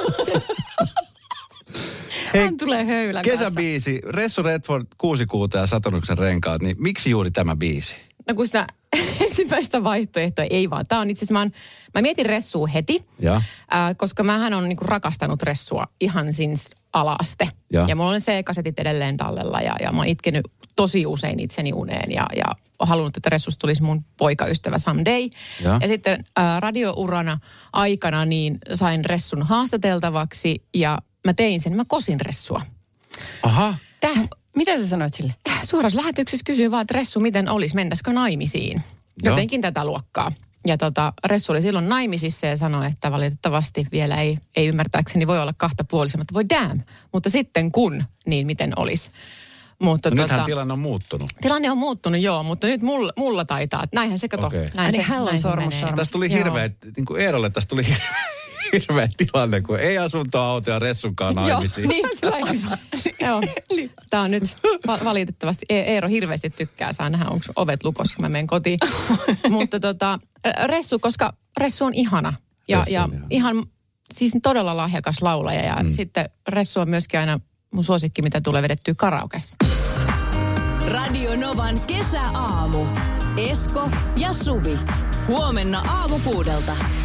Hei, hän tulee höylän kesäbiisi, kanssa. Ressu Redford, Kuusikuuta ja Satunuksen renkaat, niin miksi juuri tämä biisi? No kun sitä ensimmäistä vaihtoehtoa ei vaan. Tämä on itse asiassa, mä, on, mä mietin Ressua heti, ja. äh, koska mähän on niinku rakastanut Ressua ihan since ala-aste. Ja, ja mulla on C-kasetit edelleen tallella ja, ja mä oon itkenyt tosi usein itseni uneen ja, ja halunnut, että Ressusta tulisi mun poikaystävä someday. Ja, ja sitten äh, radiourana aikana niin sain Ressun haastateltavaksi ja mä tein sen, mä kosin Ressua. Aha. Tää, mitä sä sanoit sille? Suorassa lähetyksessä kysyin vaan, että Ressu, miten olisi, mentäisikö naimisiin? Jotenkin tätä luokkaa. Ja tota, Ressu oli silloin naimisissa ja sanoi, että valitettavasti vielä ei, ei ymmärtääkseni voi olla kahta puolisia, mutta voi damn. Mutta sitten kun, niin miten olisi? Mutta no tota, nythän tilanne on muuttunut. Tilanne on muuttunut, joo, mutta nyt mulla, mulla taitaa. Näinhän se kato. Okay. Näin se, näin se menee. Tästä tuli hirveä, niin kuin Eerolle tästä tuli hirveä. Hirveä tilanne, kun ei asuntoauto ja Ressunkaan naimisiin. Joo, niin. Joo. Tämä on nyt valitettavasti. Eero hirveästi tykkää, saa nähdä, onko ovet lukossa, kun mä menen kotiin. Mutta tota, Ressu, koska Ressu on ihana. Ja, Ressu on ja ihana. ihan, siis todella lahjakas laulaja. Ja mm. sitten Ressu on myöskin aina mun suosikki, mitä tulee vedettyä karaokessa. Radio Novan kesäaamu. Esko ja Suvi. Huomenna aamu kuudelta.